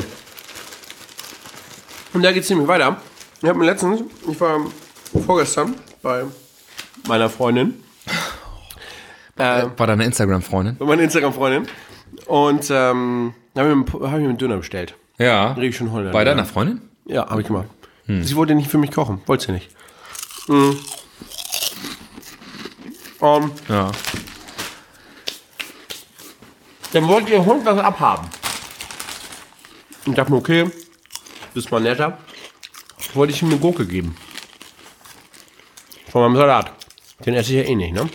Und da geht es nämlich weiter. Ich war vorgestern bei meiner Freundin.
War deine Instagram-Freundin?
Bei meiner Instagram-Freundin. Und habe ich mir einen Döner bestellt.
Ja.
Riech schon Holland.
Bei deiner Freundin?
Ja, habe ich gemacht. Sie wollte nicht für mich kochen. Wollte sie nicht.
Ja.
Dann wollte ihr Hund was abhaben. Und ich dachte mir, okay, das ist mal netter. Wollte ich ihm eine Gurke geben. Von meinem Salat. Den esse ich ja eh nicht, ne?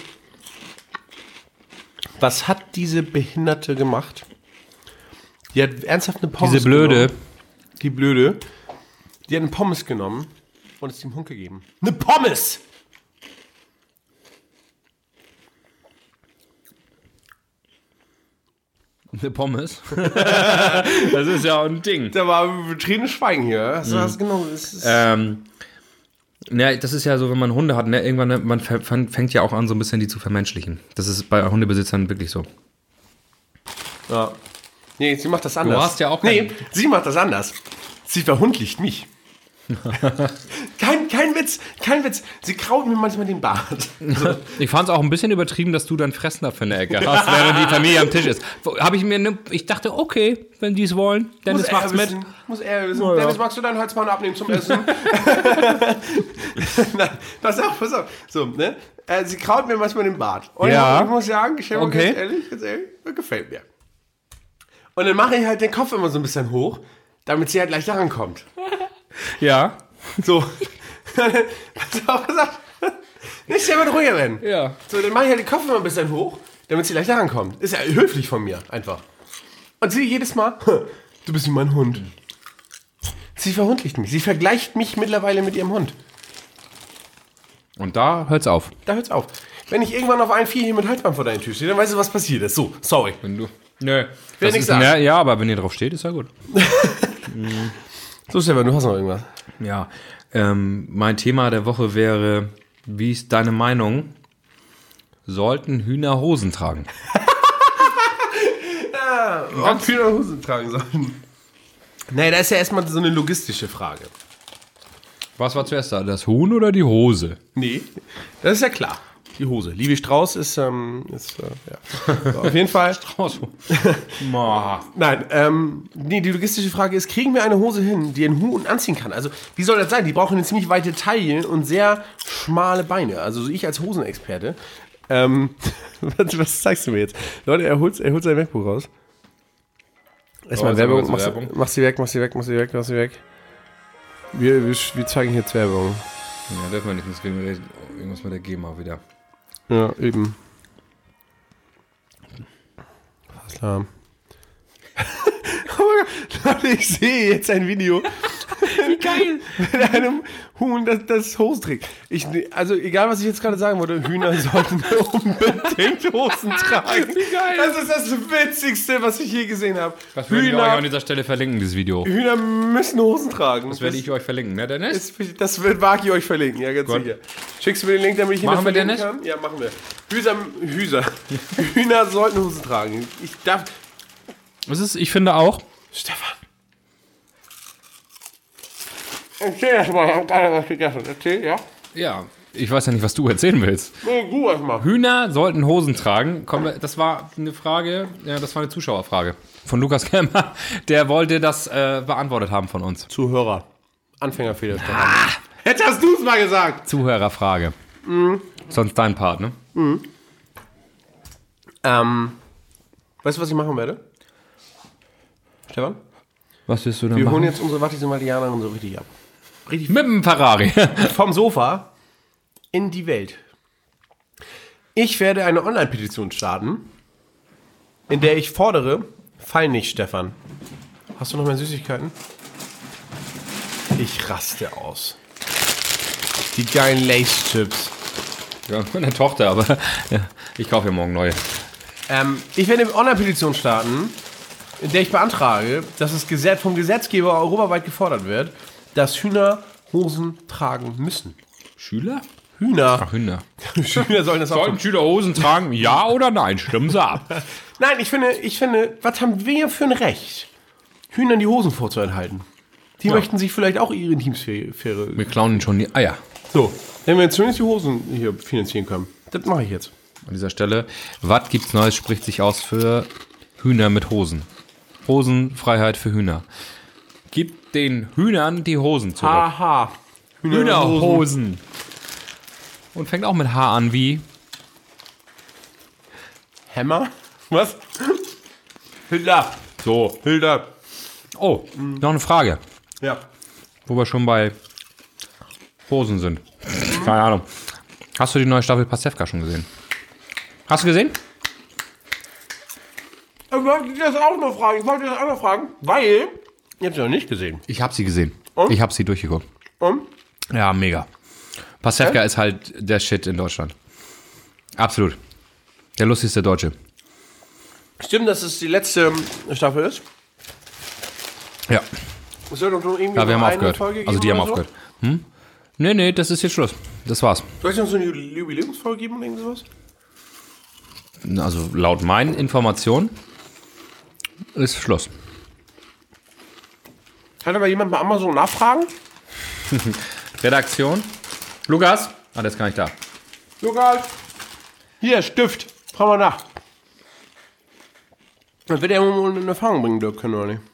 Was hat diese Behinderte gemacht? Die hat ernsthaft eine Pommes genommen. Die Blöde. Die hat eine Pommes genommen und es dem Hund gegeben. Eine Pommes!
Eine Pommes? Das ist ja ein Ding.
Da war betriebenes Schweigen hier. Hast du das genau?
Das ist ja so, wenn man Hunde hat, ne? Irgendwann, man fängt ja auch an, so ein bisschen die zu vermenschlichen. Das ist bei Hundebesitzern wirklich so.
Ja. Nee, sie macht das anders.
Du hast ja auch
sie macht das anders. Sie verhundlicht mich. Kein Witz. Sie kraut mir manchmal den Bart. So.
Ich fand es auch ein bisschen übertrieben, dass du dann Fressnapf für eine Ecke hast, während die Familie am Tisch ist. Ich dachte, okay, wenn die es wollen, Dennis macht's mit.
Muss er wissen. Ja. Dennis, magst du deinen Halsband abnehmen zum Essen? Nein, pass auf. So, ne? Sie kraut mir manchmal den Bart. Und
ja.
Ich muss sagen, ganz ehrlich, das gefällt mir. Und dann mache ich halt den Kopf immer so ein bisschen hoch, damit sie halt leicht daran kommt.
Ja.
So. Pass auf. Nicht selber ruhiger werden.
Ja.
So, dann mache ich halt den Kopf immer ein bisschen hoch, damit sie leicht daran kommt. Ist ja höflich von mir, einfach. Und sie jedes Mal, du bist wie mein Hund. Sie verhundlicht mich. Sie vergleicht mich mittlerweile mit ihrem Hund.
Und da hört's auf.
Da hört's auf. Wenn ich irgendwann auf ein Vieh hier mit Halsband vor deiner Tür stehe, dann weißt du, was passiert ist. So, sorry.
Wenn du. Nö.
Will nichts sagen.
Ja, aber wenn ihr drauf steht, ist ja gut.
So, Stefan, du hast noch irgendwas.
Ja. Mein Thema der Woche wäre, wie ist deine Meinung? Sollten Hühner Hosen tragen?
Ob Hühner Hosen tragen sollen? Nee, da ist ja erstmal so eine logistische Frage.
Was war zuerst da? Das Huhn oder die Hose?
Nee, das ist ja klar. Die Hose. Liebe Strauß ist ja. So, auf jeden Fall.
Strauß.
Nein, nee, die logistische Frage ist, kriegen wir eine Hose hin, die ein Huhn anziehen kann? Also, wie soll das sein? Die brauchen eine ziemlich weite Taille und sehr schmale Beine. Also, ich als Hosenexperte. Was zeigst du mir jetzt? Leute, er holt sein MacBook raus. Erstmal Werbung. Mach sie weg. Wir zeigen jetzt Werbung.
Ja, dürfen wir nicht, sonst kriegen wir irgendwas mit der GEMA wieder.
Ja, eben. Was klar. Oh mein Gott, Leute, ich sehe jetzt ein Video. Wie geil! Mit einem Huhn, das Hosen trägt. Also, egal, was ich jetzt gerade sagen wollte, Hühner sollten unbedingt Hosen tragen. Wie geil! Das ist das Witzigste, was ich je gesehen habe.
Das werde ich euch an dieser Stelle verlinken, dieses Video.
Hühner müssen Hosen tragen.
Das werde ich euch verlinken, ne, Dennis?
Das wird Waki euch verlinken, ja, ganz sicher. Schickst du mir den Link, damit ich ihn verlinken kann? Ja, machen wir. Hühner sollten Hosen tragen.
Ich finde auch.
Stefan. Erzähl erst mal, ich hab gerade was gegessen. Erzähl, ja?
Ja, ich weiß ja nicht, was du erzählen willst.
Nee, du erstmal.
Hühner sollten Hosen tragen. Das war eine Frage, das war eine Zuschauerfrage von Lukas Kemmer. Der wollte das beantwortet haben von uns.
Zuhörer. Anfängerfehler. Jetzt hast du es mal gesagt.
Zuhörerfrage. Sonst dein Part, ne?
Weißt du, was ich machen werde? Stefan?
Was willst du denn
Wir
machen?
holen jetzt unsere Vattisimalianerin so richtig ab. Richtig
mit dem Ferrari.
vom Sofa in die Welt. Ich werde eine Online-Petition starten, in der ich fordere, fall nicht, Stefan. Hast du noch mehr Süßigkeiten? Ich raste aus. Die geilen Lace-Chips.
Ja, meine Tochter, aber ja, ich kaufe ja morgen neue.
Ich werde eine Online-Petition starten, in der ich beantrage, dass es vom Gesetzgeber europaweit gefordert wird, dass Hühner Hosen tragen müssen.
Schüler?
Hühner.
Ach, Hühner.
Schüler sollen das auch
Sollten Schüler Hosen tragen? Ja oder nein? Stimmen sie ab.
Nein, ich finde, was haben wir für ein Recht, Hühnern die Hosen vorzuenthalten? Die möchten sich vielleicht auch ihre Intimsphäre...
Wir klauen ihnen schon die Eier.
So, wenn wir jetzt zumindest die Hosen hier finanzieren können. Das mache ich jetzt.
An dieser Stelle, was gibt's Neues, spricht sich aus für Hühner mit Hosen. Hosenfreiheit für Hühner. Gib den Hühnern die Hosen zurück.
Aha.
Hühnerhosen. Und fängt auch mit H an wie...
Hammer? Was? Hilda.
So.
Hilda.
Oh, noch eine Frage.
Ja.
Wo wir schon bei Hosen sind. Keine Ahnung. Hast du die neue Staffel Pastewka schon gesehen? Hast du gesehen?
Ich wollte das auch noch fragen. Weil... Ich habe sie noch nicht gesehen.
Ich habe sie gesehen.
Und?
Ich habe sie durchgeguckt.
Und?
Ja, mega. Pastewka ist halt der Shit in Deutschland. Absolut. Der lustigste Deutsche.
Stimmt, dass es die letzte Staffel ist?
Ja.
Es soll doch irgendwie
Ja, wir haben
noch eine
aufgehört.
Folge
Also die
geben
haben
oder
aufgehört. Nee, das ist jetzt Schluss. Das war's.
Soll es noch so eine Jubiläumsfolge geben oder irgend sowas?
Also laut meinen Informationen ist Schluss.
Kann aber jemand bei Amazon nachfragen?
Redaktion. Lukas? Ah, der ist gar nicht da.
Lukas! Hier, Stift. Frag mal nach. Das wird ja wohl in Erfahrung bringen können, oder nicht?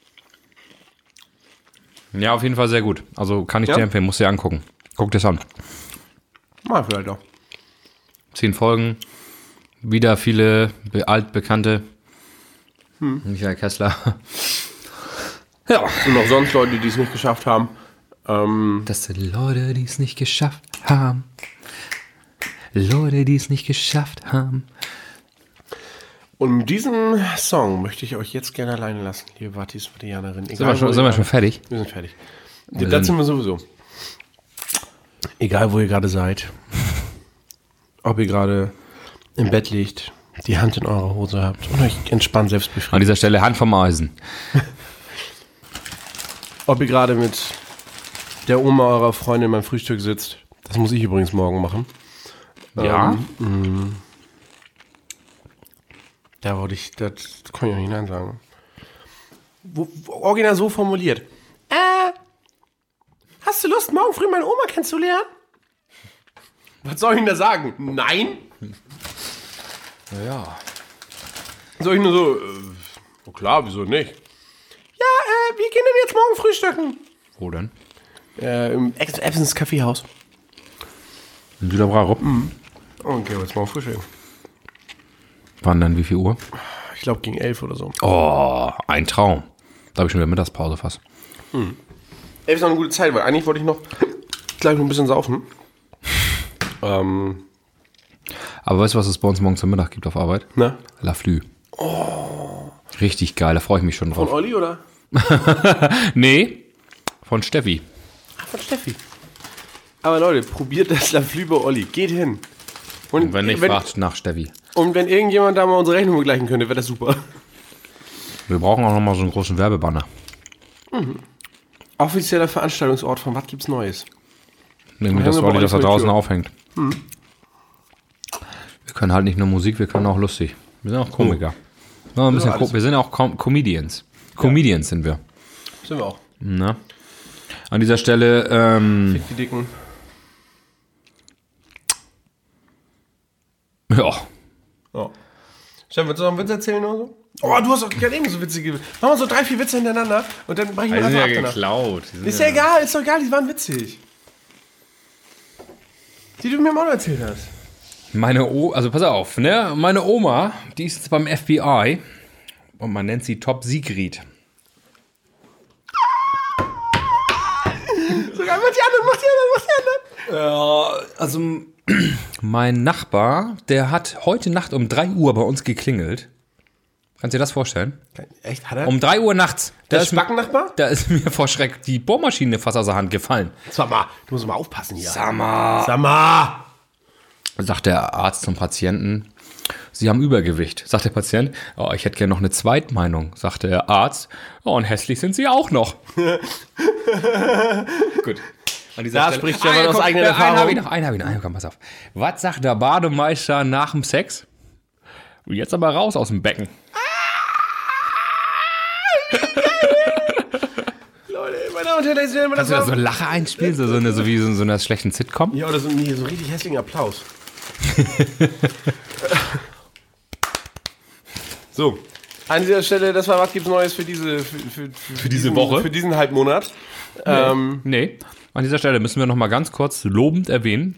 Ja, auf jeden Fall sehr gut. Also kann ich dir empfehlen, musst du dir angucken. Guck dir das an.
Mal vielleicht auch.
10 Folgen. Wieder viele altbekannte. Michael Kessler. Ja.
Und auch sonst Leute, die es nicht geschafft haben.
Das sind Leute, die es nicht geschafft haben. Leute, die es nicht geschafft haben.
Und mit diesem Song möchte ich euch jetzt gerne alleine lassen, liebe Vatianerin.
Sind wir schon fertig?
Wir sind fertig. Das sind wir sowieso. Egal, wo ihr gerade seid. Ob ihr gerade im Bett liegt, die Hand in eurer Hose habt und euch entspannt selbst befriedigt.
An dieser Stelle Hand vom Eisen.
Ob ihr gerade mit der Oma eurer Freundin beim Frühstück sitzt. Das muss ich übrigens morgen machen.
Ja.
Da wollte ich, das kann ich auch nicht hinein sagen. Original so formuliert. Hast du Lust, morgen früh meine Oma kennenzulernen? Was soll ich denn da sagen? Nein?
Ja.
Soll ich nur so, oh klar, wieso nicht? Ja, wir gehen denn jetzt morgen frühstücken.
Wo denn?
Im Ebsens Kaffeehaus.
In Süderbrarup.
Okay, jetzt morgen frühstücken.
Wann dann, wie viel Uhr?
Ich glaube gegen 11 oder so.
Oh, ein Traum. Da habe ich schon wieder Mittagspause fast.
11 ist noch eine gute Zeit, weil eigentlich wollte ich noch gleich noch ein bisschen saufen.
Aber weißt du, was es bei uns morgen zum Mittag gibt auf Arbeit?
Na?
La Flü. Oh. Richtig geil, da freue ich mich schon
Von
drauf.
Olli oder?
Nee, von Steffi.
Ach, von Steffi. Aber Leute, probiert das La Flü bei Olli. Geht hin. Und
Wenn nicht, fragt nach Steffi.
Und wenn irgendjemand da mal unsere Rechnung begleichen könnte, wäre das super.
Wir brauchen auch nochmal so einen großen Werbebanner.
Offizieller Veranstaltungsort von Was gibt's Neues?
Irgendwie, dass Olli das da draußen aufhängt. Wir können halt nicht nur Musik, wir können auch lustig. Wir sind auch Komiker. Ja, ein bisschen wir sind auch Comedians. Comedians sind wir.
Sind wir auch.
Na? An dieser Stelle,
Fick die Dicken.
ja.
Ja. Stefan, willst du noch einen Witz erzählen oder so? Oh, du hast auch gerade eben so witzige Witze. Machen wir so 3, 4 Witze hintereinander und dann brechen wir einfach ab danach.
geklaut.
Ist ja egal, ist doch egal, die waren witzig. Die du mir mal erzählt hast.
Also pass auf, ne? Meine Oma, die ist jetzt beim FBI und man nennt sie Top Sigrid.
Sogar mach die anderen.
Ja, also mein Nachbar, der hat heute Nacht um 3 Uhr bei uns geklingelt. Kannst du dir das vorstellen?
Echt, hat er?
Um 3 Uhr nachts.
Der Spackennachbar?
Da ist mir vor Schreck die Bohrmaschine fast aus der Hand gefallen.
Sag mal, du musst mal aufpassen hier.
Sag mal. Sagt der Arzt zum Patienten, Sie haben Übergewicht. Sagt der Patient, oh, ich hätte gerne noch eine Zweitmeinung. Sagt der Arzt, oh, und hässlich sind Sie auch noch. Gut. An dieser
Da spricht ja aus eigener Erfahrung.
Einen habe ich noch. Komm, pass auf. Was sagt der Bademeister nach dem Sex? Jetzt aber raus aus dem Becken.
Leute, meine Damen und Herren, das ist
Kannst du da so Lache einspielen? So wie so einer schlechten Sitcom?
Ja, oder so richtig hässlichen Applaus. So, an dieser Stelle, das war Was gibt's Neues für diese
diese Woche?
Für diesen Halbmonat.
Nee. An dieser Stelle müssen wir noch mal ganz kurz lobend erwähnen.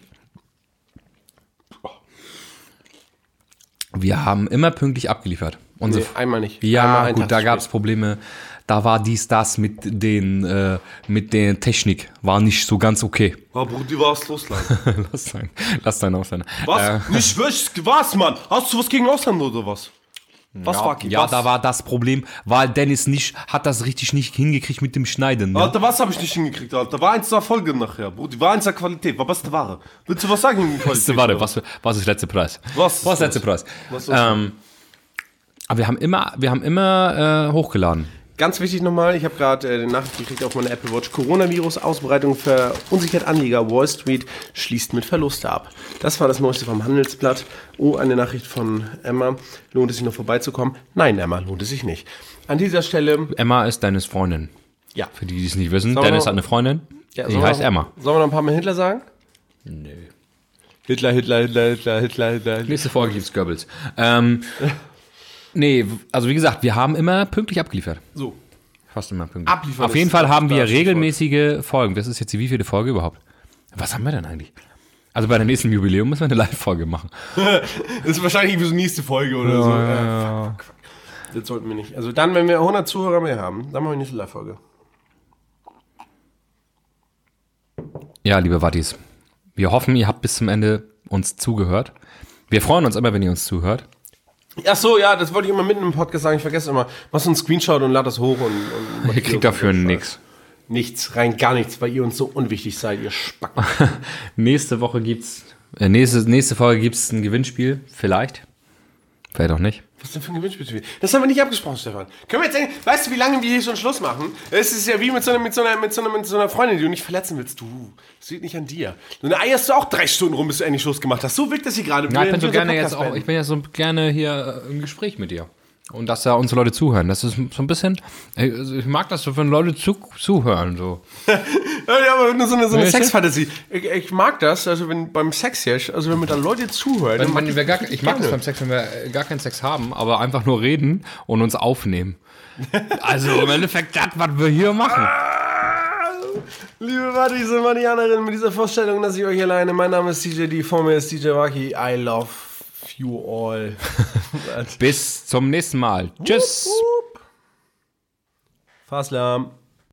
Wir haben immer pünktlich abgeliefert.
Nee, einmal nicht.
Ja,
einmal
gut, da gab es Probleme. Da war das mit der Technik. War nicht so ganz okay.
Oh, Brudi, was los, Leute?
Lass sein Ausländer.
Was? Nicht was, Mann? Hast du was gegen Ausländer oder was? Was war gegen was?
Da war das Problem, weil Dennis hat das richtig nicht hingekriegt mit dem Schneiden. Ne?
Alter, was habe ich nicht hingekriegt, Alter? War eins der Folge nachher, Brudi. War eins der Qualität, war beste Ware. Willst du was sagen gegen die Qualität?
Warte, was ist letzter Preis?
Was
ist letzter Preis?
Was
Aber wir haben immer hochgeladen.
Ganz wichtig nochmal, ich habe gerade eine Nachricht gekriegt auf meiner Apple Watch. Coronavirus-Ausbreitung verunsichert Anleger. Wall Street schließt mit Verluste ab. Das war das Neueste vom Handelsblatt. Oh, eine Nachricht von Emma. Lohnt es sich noch vorbeizukommen? Nein, Emma, lohnt es sich nicht. An dieser Stelle...
Emma ist Dennis' Freundin.
Ja.
Für die es nicht wissen, Dennis hat eine Freundin.
Ja,
die heißt Emma.
Sollen wir noch ein paar Mal Hitler sagen?
Nö.
Hitler.
Nächste Folge gibt's Goebbels. Nee, also wie gesagt, wir haben immer pünktlich abgeliefert.
So.
Fast immer pünktlich.
Abliefern
Auf jeden Fall haben wir
das
regelmäßige Folgen. Das ist jetzt die wievielte Folge überhaupt? Was haben wir denn eigentlich? Also bei der nächsten Jubiläum müssen wir eine Live-Folge machen.
Das ist wahrscheinlich die nächste Folge oder so. Fuck. Das sollten wir nicht. Also dann, wenn wir 100 Zuhörer mehr haben, dann machen wir die nächste Live-Folge.
Ja, liebe Wattis, wir hoffen, ihr habt bis zum Ende uns zugehört. Wir freuen uns immer, wenn ihr uns zuhört.
Ach so, ja, das wollte ich immer mitten im Podcast sagen. Ich vergesse immer. Mach so einen Screenshot und lad das hoch. Und
Ihr kriegt dafür nichts.
Nichts, rein gar nichts, weil ihr uns so unwichtig seid, ihr Spacken.
Nächste Folge gibt's ein Gewinnspiel. Vielleicht auch nicht.
Was denn für ein Gewinnspiel? Das haben wir nicht abgesprochen, Stefan. Können wir jetzt denken, weißt du, wie lange wir hier schon Schluss machen? Es ist ja wie mit so einer Freundin, die du nicht verletzen willst. Das liegt nicht an dir. Dann eierst du auch 3 Stunden rum, bis du endlich Schluss gemacht hast. So wirkt das hier gerade.
Ja, ich bin ja so gerne hier im Gespräch mit dir. Und dass da unsere Leute zuhören. Das ist so ein bisschen, also ich mag das so, wenn Leute zuhören. So.
Ja, aber nur so eine Sexfantasie. Ich mag das, also wenn beim Sex jetzt, also wenn mir da Leute zuhören.
Ich mag das beim Sex, wenn wir gar keinen Sex haben, aber einfach nur reden und uns aufnehmen. Also im Endeffekt das, was wir hier machen.
Liebe Wattis und Marianerinnen, mit dieser Vorstellung, dass ich euch alleine, mein Name ist DJ D, vor mir ist DJ Waki, I love you all.
Bis zum nächsten Mal. Tschüss.
Faslam.